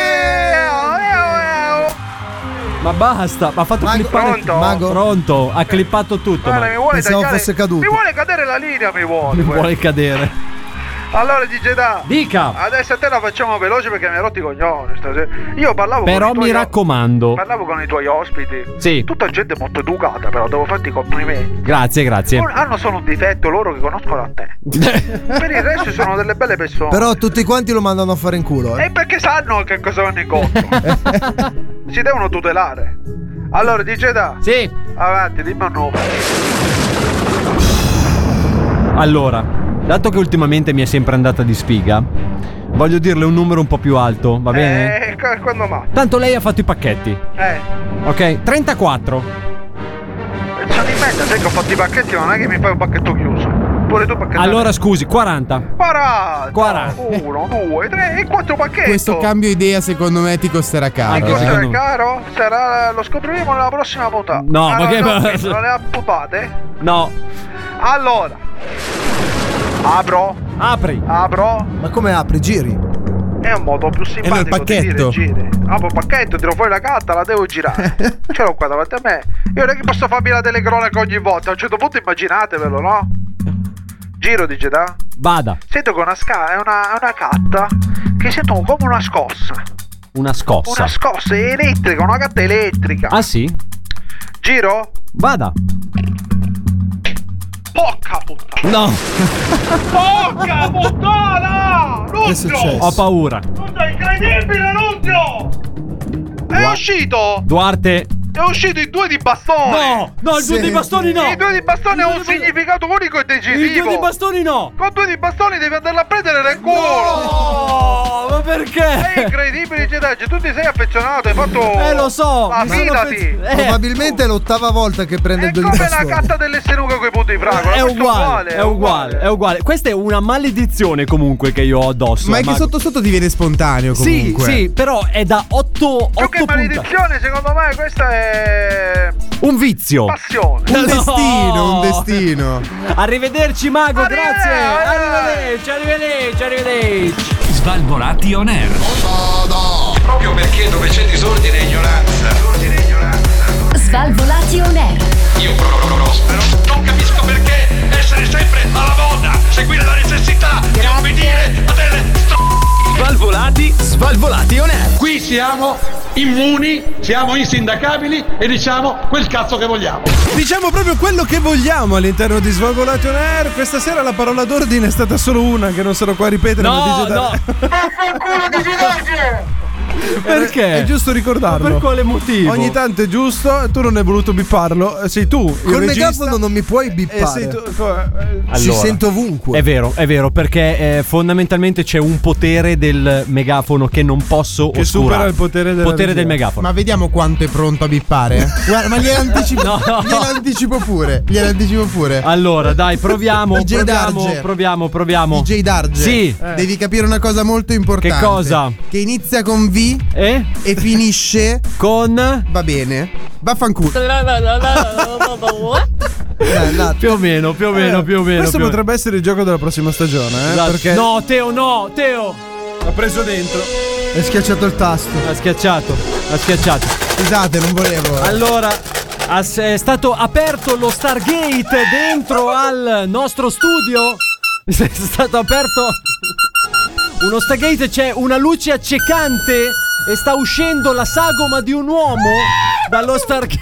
sei. Ma basta, ma ha fatto Mago, clippare. pronto? Mago? Pronto, ha clippato tutto. Guarda, ma mi vuole Pensavo tagliare- fosse caduto. Mi vuole cadere la linea, mi vuole. mi quello. vuole cadere. Allora, dice da. Dica. Adesso a te la facciamo veloce perché mi hai rotto i coglioni stasera. Io parlavo Però con i mi tuoi raccomando. Parlavo con i tuoi ospiti. Sì. Tutta gente molto educata, però devo farti i complimenti. Grazie, grazie. Un- Hanno solo un difetto loro che conoscono a te. Per il resto sono delle belle persone. Però tutti quanti lo mandano a fare in culo, eh. E perché sanno che cosa vanno incontro. Si devono tutelare. Allora, dice da. Sì. Avanti, dimmi un nome. Allora, dato che ultimamente mi è sempre andata di sfiga, voglio dirle un numero un po' più alto, va bene? Eh, ca- quando ma? Tanto lei ha fatto i pacchetti. Eh. Ok, trentaquattro. Sono in mezzo, sai che ho fatto i pacchetti, ma non è che mi fai un pacchetto chiuso. Pure tu pacchettare. Allora scusi, quaranta. quaranta. quaranta. uno, due, tre e quattro pacchetti. Questo cambio idea secondo me ti costerà caro. Ti costerà caro? Sarà, lo scopriremo nella prossima puntata. No, ah, ma che- no, non le ha putate? No. Allora. Apro. Apri. Apro. Ma come apri? Giri? È un modo più simpatico nel pacchetto. di dire giri. Apro il pacchetto, tiro fuori la carta, la devo girare. Ce l'ho qua davanti a me. Io non è che posso farmi la telecronaca ogni volta. A un certo punto immaginatevelo, no? Giro, dice da. Vada. Sento che una sca- è una, è una carta che sento come una scossa. Una scossa. Una scossa elettrica, una carta elettrica. Ah sì? Giro? Vada. Porca puttana. No. Porca puttana! Nunzio! Ho paura. Nunzio, è incredibile, Nunzio! È Gua- uscito! Duarte. È uscito i due di bastone! No, no, il due di bastoni no! I due di bastone Il ha due un di ba- significato unico e decisivo! I due di bastoni no! Con due di bastoni devi andarla a prendere nel culo! Oh, ma perché? È incredibile, Jedi, tu ti sei affezionato, hai fatto... Eh, lo so! Ma mi sono fidati! affez- eh, Probabilmente è l'ottava volta che prende È il due di come la bastoni. carta delle senuche con i punti di fragola! È questo uguale, è uguale, è uguale. Questa è una maledizione comunque che io ho addosso. Ma è che Mago. sotto sotto ti viene spontaneo Sì, comunque. sì, però è da otto Più che puntate. maledizione, secondo me questa è... Un vizio. passione! Un No. destino, un destino. Arrivederci Mago, Arrivederci, grazie. arrivederci. Arrivederci, arrivederci, arrivederci. Svalvolati on air. Proprio perché dove c'è disordine e ignoranza. Disordine e ignoranza. Svalvolati on air. Io prospero. Non capisco perché essere sempre alla moda, seguire la necessità di obbedire a delle Svalvolati, svalvolati on air. Qui siamo immuni, siamo insindacabili e diciamo quel cazzo che vogliamo. Diciamo proprio quello che vogliamo all'interno di Svalvolati on air. Questa sera la parola d'ordine è stata solo una, che non sarò qua a ripetere. No, ma dice no. Vaffanculo di Giorgio! Perché? È giusto ricordarlo. Ma per quale motivo? Ogni tanto è giusto, tu non hai voluto bipparlo. eh, Sei tu. il Col regista, megafono non mi puoi E bippare. sei tu. co- eh, Si sente ovunque. È vero, è vero, perché eh, fondamentalmente c'è un potere del megafono che non posso Che oscurare. supera il potere della Potere regia. del megafono. Ma vediamo quanto è pronto a bippare. Guarda, ma glielo anticipo, No. glielo anticipo pure. Glielo anticipo pure. Allora, dai, proviamo, D J proviamo, Darge. proviamo, proviamo. D J Darge. Sì. Eh. Devi capire una cosa molto importante. Che cosa? Che inizia con V Eh? e finisce Con va bene. Vaffanculo. Eh, andate. più o meno, più o meno, Eh, più o meno. Questo più o potrebbe essere il gioco della prossima stagione, eh? Esatto. Perché No, Teo, no, Teo. l'ha preso dentro. Hai schiacciato il tasto. Ha schiacciato, ha schiacciato. Scusate, non volevo. Allora, as- è stato aperto lo Stargate dentro al nostro studio. È stato aperto uno Stargate, c'è una luce accecante e sta uscendo la sagoma di un uomo dallo Stargate.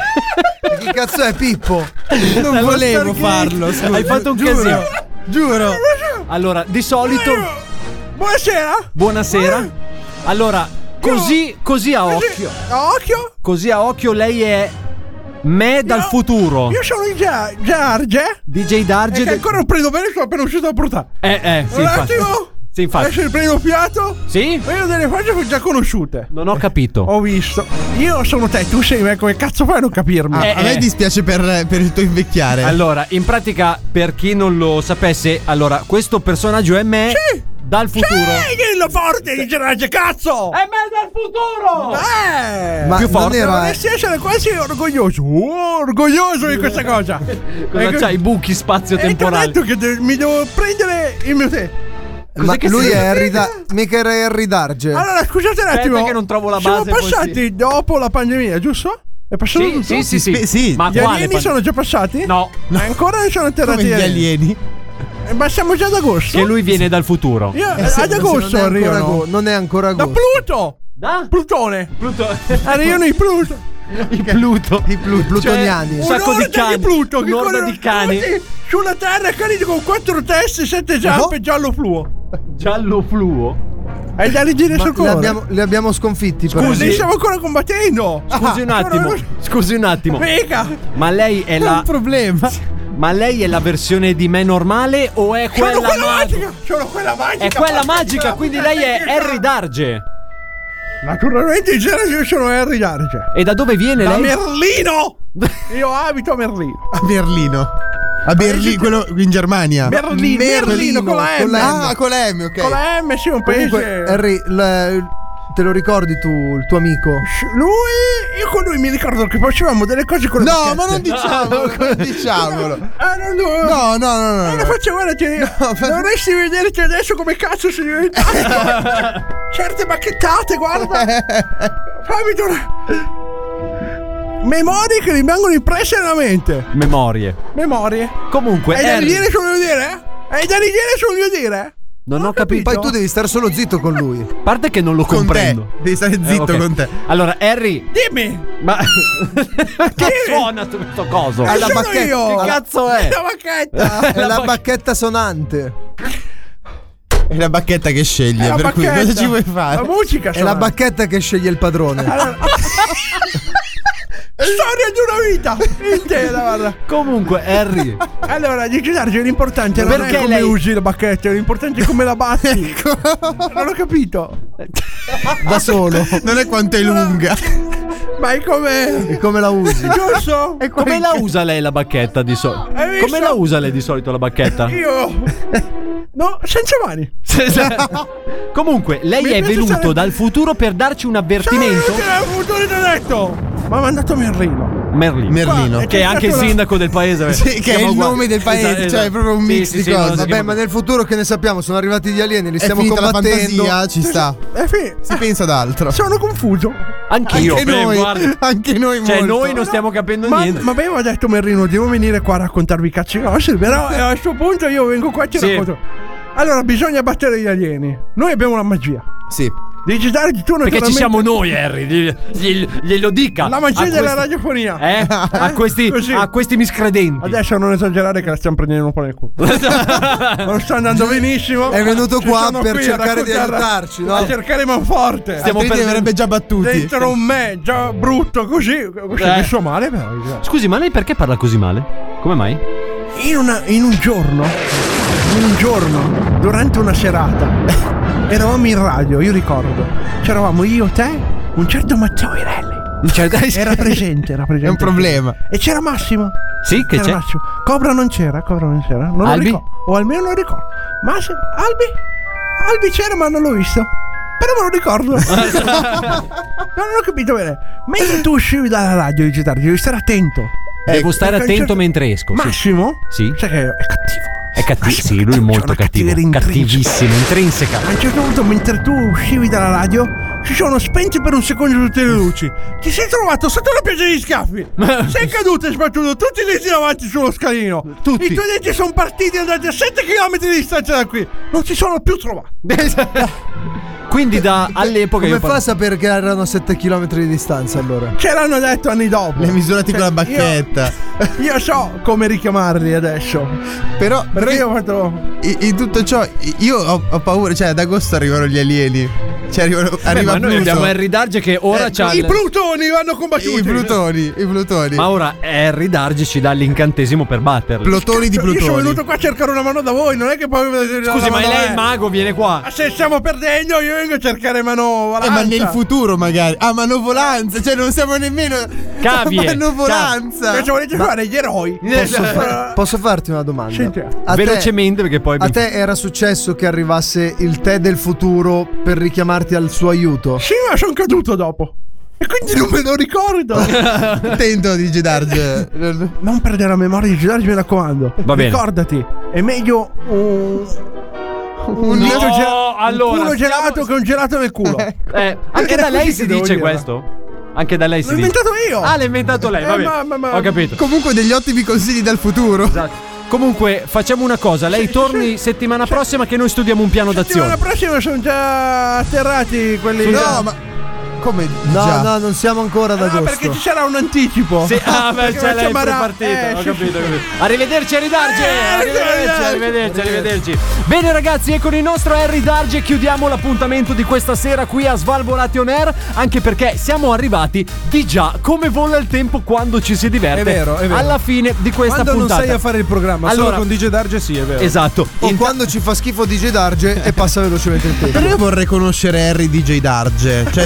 Che cazzo è Pippo? Non Dallo volevo Stargate. farlo. Scusa. Hai fatto un Giuro. casino. Giuro. Allora, di solito. Buonasera. Buonasera. Allora, così, così a occhio. A occhio? Così a occhio lei è me dal futuro. Io sono il Gia- Giarge. D J Darge. E che de- ancora non prendo bene, sono appena uscito da portare. Eh, eh, sì, Un infatti. attimo. Sì, infatti. Adesso riprendo fiato. Sì? Ma io ho delle facce che ho già conosciute. Non ho capito. Ho visto. Io sono te, tu sei me, come cazzo fai a non capirmi? Ah, Eh, a me eh. dispiace per, per il tuo invecchiare. Allora, in pratica, per chi non lo sapesse, allora, questo personaggio è me Sì. dal futuro. Sì, dillo forte, dice Giarge, cazzo! È me dal futuro! Eh! Ma Più non forte. era. Dovresti essere quasi orgoglioso. Oh, orgoglioso di questa cosa. Cosa Ecco- c'hai? I buchi E ti ho spazio-temporali. detto che de- mi devo prendere il mio tè. Ma che lui si- è Harry Da- mica era Harry Darge. Allora, scusate un Aspetta attimo. che non trovo la Siamo base, poi passati sì. dopo la pandemia, giusto? È passato Sì, tutto? sì, sì, sì. Spe- sì. Ma Gli quale? alieni pan- sono già passati? No, Ma ancora ne sono Come atterrati gli alieni. Eh, Ma siamo già ad agosto. che lui viene dal futuro. Io, Eh, se- ad se agosto non è ancora arrivano. ago- Non è ancora Da agosto. Pluto! Da? Plutone! Pluto. Arrivano i Pluto! I Pluto. I plu- plutoniani. Cioè, un sacco di Un'orda cani. di Pluto! che Un'orda corrono di cani. tutti Sulla terra, cani con quattro teste, sette zampe, giallo fluo. Giallo fluo. E gli alieni Ma sul li colore. abbiamo, li abbiamo sconfitti. però. Scusi, stiamo ancora combattendo. Scusi un Ah, attimo. sono- Scusi un attimo. Mica! Ma lei è la. problema. Ma lei è la versione di me normale o è Sono quella, quella magica? magica! Sono quella magica! È quella porca magica, la quindi puttana, lei è mica. Harry Darge. Naturalmente in genere io sono Harry Darge. E da dove viene Da lei? Merlino! Io abito a Merlino. A Berlino. A Berlino, quello in Germania. Berlino, Berlino con la M. Ah, con la M, ok. Con la M, sì, un paese. Comunque, Harry, la- te lo ricordi tu, il tuo amico? Lui, io con lui mi ricordo che facevamo delle cose con le No, bacchette. ma non diciamolo, non diciamolo. Ah, non lo... No, no, no, no. Eh, no. lo faccio, guarda, ti... No, fa- dovresti vederti adesso come cazzo si diventa. Certe bacchettate, guarda. Fammi tornare. Memorie che rimangono impresse nella mente. Memorie. Memorie. Comunque, Hai da Harry- ridire sul mio dire? Hai da ridire sul mio dire? Non ho capito. Poi tu devi stare solo zitto con lui. A parte che non lo Con comprendo. te. Devi stare zitto Eh, ok. con te. Allora, Harry. Dimmi. Ma che suona questo coso? È la sono bacchetta. io. Che cazzo è? La bacchetta. È la bacchetta sonante. È la bacchetta che sceglie, È la per cui bacchetta. cosa ci vuoi fare? La musica È la bacchetta che sceglie il padrone. Storia di una vita intera, guarda. Comunque, Harry. Allora, dici Darge, l'importante non Perché è come lei- usi la bacchetta, l'importante è come la batti. Non ho capito. Da solo. Non è quanto è lunga. Ma è come... E come la usi? Giusto? E come la usa lei la bacchetta di solito? Hai visto? Come la usa lei di solito la bacchetta? Io... No, senza mani. Comunque, lei Mi è piace venuto stare- dal futuro per darci un avvertimento. Che l'ha avuto detto. Ma ha mandato Merlino. Merlino. Merlino. Qua- Che è anche il stato la- sindaco del paese. Sì, che è Siamo il uguali. nome del paese, Esatto, cioè è proprio un mix di cose. no, si Vabbè, chiama- ma nel futuro che ne sappiamo? Sono arrivati gli alieni, li È stiamo finita la combattendo. fantasia, ci sta. È fi- Si pensa ad altro. Sono confuso. Anch'io, Anche beh, noi, guarda. anche noi Cioè, molto. noi non stiamo capendo Ma, niente. ma beh, mi ha detto Merlino, devo venire qua a raccontarvi i cazzi nostri. Però eh, a questo punto io vengo qua e ti Sì. racconto. Allora, bisogna battere gli alieni. Noi abbiamo la magia. Sì. Dici Darge, tu Perché ci naturalmente- siamo noi, Harry. Gli- gli- Glielo dica. La magia a della questi- radiofonia. Eh? A questi, Così. a questi miscredenti. Adesso non esagerare che la stiamo prendendo un po' nel culo. Non sta andando benissimo. È venuto Ci qua sono per qui a cercare di raccontarla- aiutarci, no? A cercare manforte. Stiamo Altrimenti perdendo- avrebbe già battuti. Dentro me, già brutto così. Così Eh. messo male, però. Scusi, ma lei perché parla così male? Come mai? In, una- in un giorno, in un giorno, durante una serata, eravamo in radio, io ricordo. C'eravamo io, te, un certo Matteo Irelli. Era presente, era presente. È un problema. E c'era Massimo. Sì, che C'era c'è? Massimo. Cobra non c'era, Cobra non c'era. Non lo Albi? ricordo. O almeno non lo ricordo. Massimo, Albi? Albi c'era, ma non l'ho visto. Però me lo ricordo. Non ho capito bene. Mentre tu uscivi dalla radio, dici Darge, devi stare attento. Devo stare perché a un attento certo- mentre esco. sì. Massimo? Sì. Sai che è cattivo. È cattivo. Massimo Sì, lui è molto una cattivo. cattiveria intrinseca. Cattivissimo, intrinseca. A un certo punto, mentre tu uscivi dalla radio, si sono spenti per un secondo tutte le luci. Ti sei trovato sotto la pioggia di schiaffi. Sei caduto e sbattuto tutti i denti davanti sullo scalino. Tutti. I tuoi denti sono partiti e andati a sette chilometri di distanza da qui. Non si sono più trovati. Quindi da all'epoca Come io fa a sapere che erano a sette chilometri di distanza allora? Ce l'hanno detto anni dopo. Le misurati Cioè, con la bacchetta. Io, io so come richiamarli adesso. Però, però Perché io ho fatto. in, in tutto ciò io ho, ho paura, cioè ad agosto arrivano gli alieni. Cioè arrivano, Beh, arriva ma noi Pluto. abbiamo Harry Darge che ora Eh, c'ha I il- plutoni vanno combattuti. I plutoni, i plutoni. Ma ora Harry Darge ci dà l'incantesimo per batterli. Plutoni di Io sono plutoni. venuto qua a cercare una mano da voi, non è che poi. Scusi, ma lei è il mago, viene qua. Ma se stiamo perdendo, io vengo a cercare manovolanza. Eh, ma nel futuro magari. Ah, manovolanza, cioè non siamo nemmeno. Cavie, Manovolanza. Cosa volete fare? Gli eroi? Posso, fa- posso farti una domanda? Senti, A te, Velocemente perché poi a te era successo che arrivasse il tè del futuro per richiamarti al suo aiuto? Sì, ma sono caduto dopo. E quindi non me lo ricordo. Attento, dice Darge. Non perdere la memoria di girarci, mi raccomando. Va bene. Ricordati, è meglio un. Un, No, dito gel- allora, un culo stiamo- gelato che un gelato nel culo. Eh, anche Era da lei così si che devo dice dire. questo? Anche da lei si L'ho dice. inventato io. Ah, l'ha inventato lei, Eh, va bene. ma- ma- ma- Ho capito. Comunque degli ottimi consigli dal futuro. Esatto. Comunque, facciamo una cosa. Lei torni settimana prossima che noi studiamo un piano d'azione. Settimana prossima sono già atterrati quelli. No, ma come No, già? no, non siamo ancora ad Ah, agosto. perché ci sarà un anticipo. Sì, ah, beh, Perché c'è lei facciamo pure ra- partita. eh, ho sì, capito, sì. ho capito. Arrivederci, Harry Darge. Eh, arrivederci, arrivederci. arrivederci, arrivederci. Bene, ragazzi, e con il nostro Harry Darge chiudiamo l'appuntamento di questa sera qui a Svalvolati On Air. Anche perché siamo arrivati di già come vola il tempo quando ci si diverte. È vero, è vero. Alla fine di questa Quando puntata. non sai a fare il programma, Allora- solo con D J Darge sì, è vero. Esatto. O In- quando ci fa schifo D J Darge e passa velocemente il tempo. Però io vorrei conoscere Harry D J Darge. Cioè, sicuramente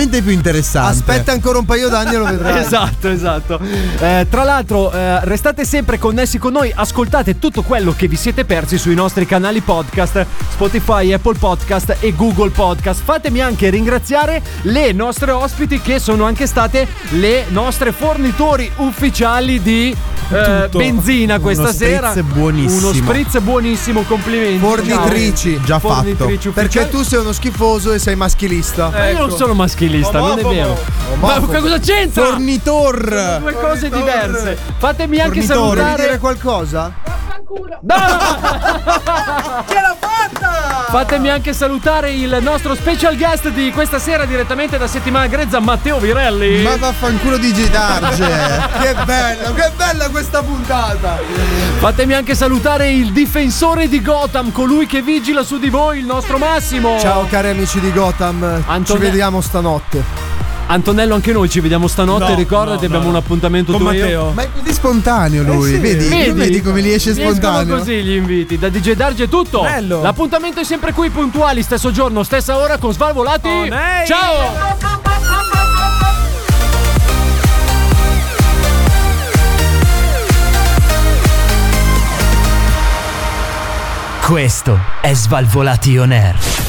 sicuramente più interessante. Aspetta ancora un paio d'anni e lo vedrai. Esatto, esatto. Eh, tra l'altro, eh, restate sempre connessi con noi, ascoltate tutto quello che vi siete persi sui nostri canali podcast, Spotify, Apple Podcast e Google Podcast. Fatemi anche ringraziare le nostre ospiti che sono anche state le nostre fornitori ufficiali di eh, benzina questa Uno sera. spritz buonissimo. Uno spritz buonissimo, complimenti. Fornitrici. Ciao. Già Fornitrici fatto. Perché ufficiali. tu sei uno schifoso e sei maschilista. Ma io non sono maschilista, non è vero. Ma cosa c'entra? Fornitor. Due cose diverse. Fatemi anche Fornitori. Vuoi salutare. dire qualcosa? No! Ce l'ha fatta! Fatemi anche salutare il nostro special guest di questa sera direttamente da Settimana Grezza, Matteo Virelli. Ma vaffanculo di G Darge. Che bella, che bella questa puntata! Fatemi anche salutare il difensore di Gotham, colui che vigila su di voi, il nostro Massimo. Ciao cari amici di Gotham, Antone- ci vediamo stanotte. Antonello, anche noi ci vediamo stanotte, No, ricordati, no, abbiamo no. un appuntamento Con tu e io. Matteo. Ma è così spontaneo lui, Eh sì. vedi? Vedi? Vedi come gli esce Gli escono spontaneo. così gli inviti. Da D J Darge è tutto. Bello. L'appuntamento è sempre qui, puntuali, stesso giorno, stessa ora con Svalvolati. Oh, nei. Ciao! Questo è Svalvolati On Air.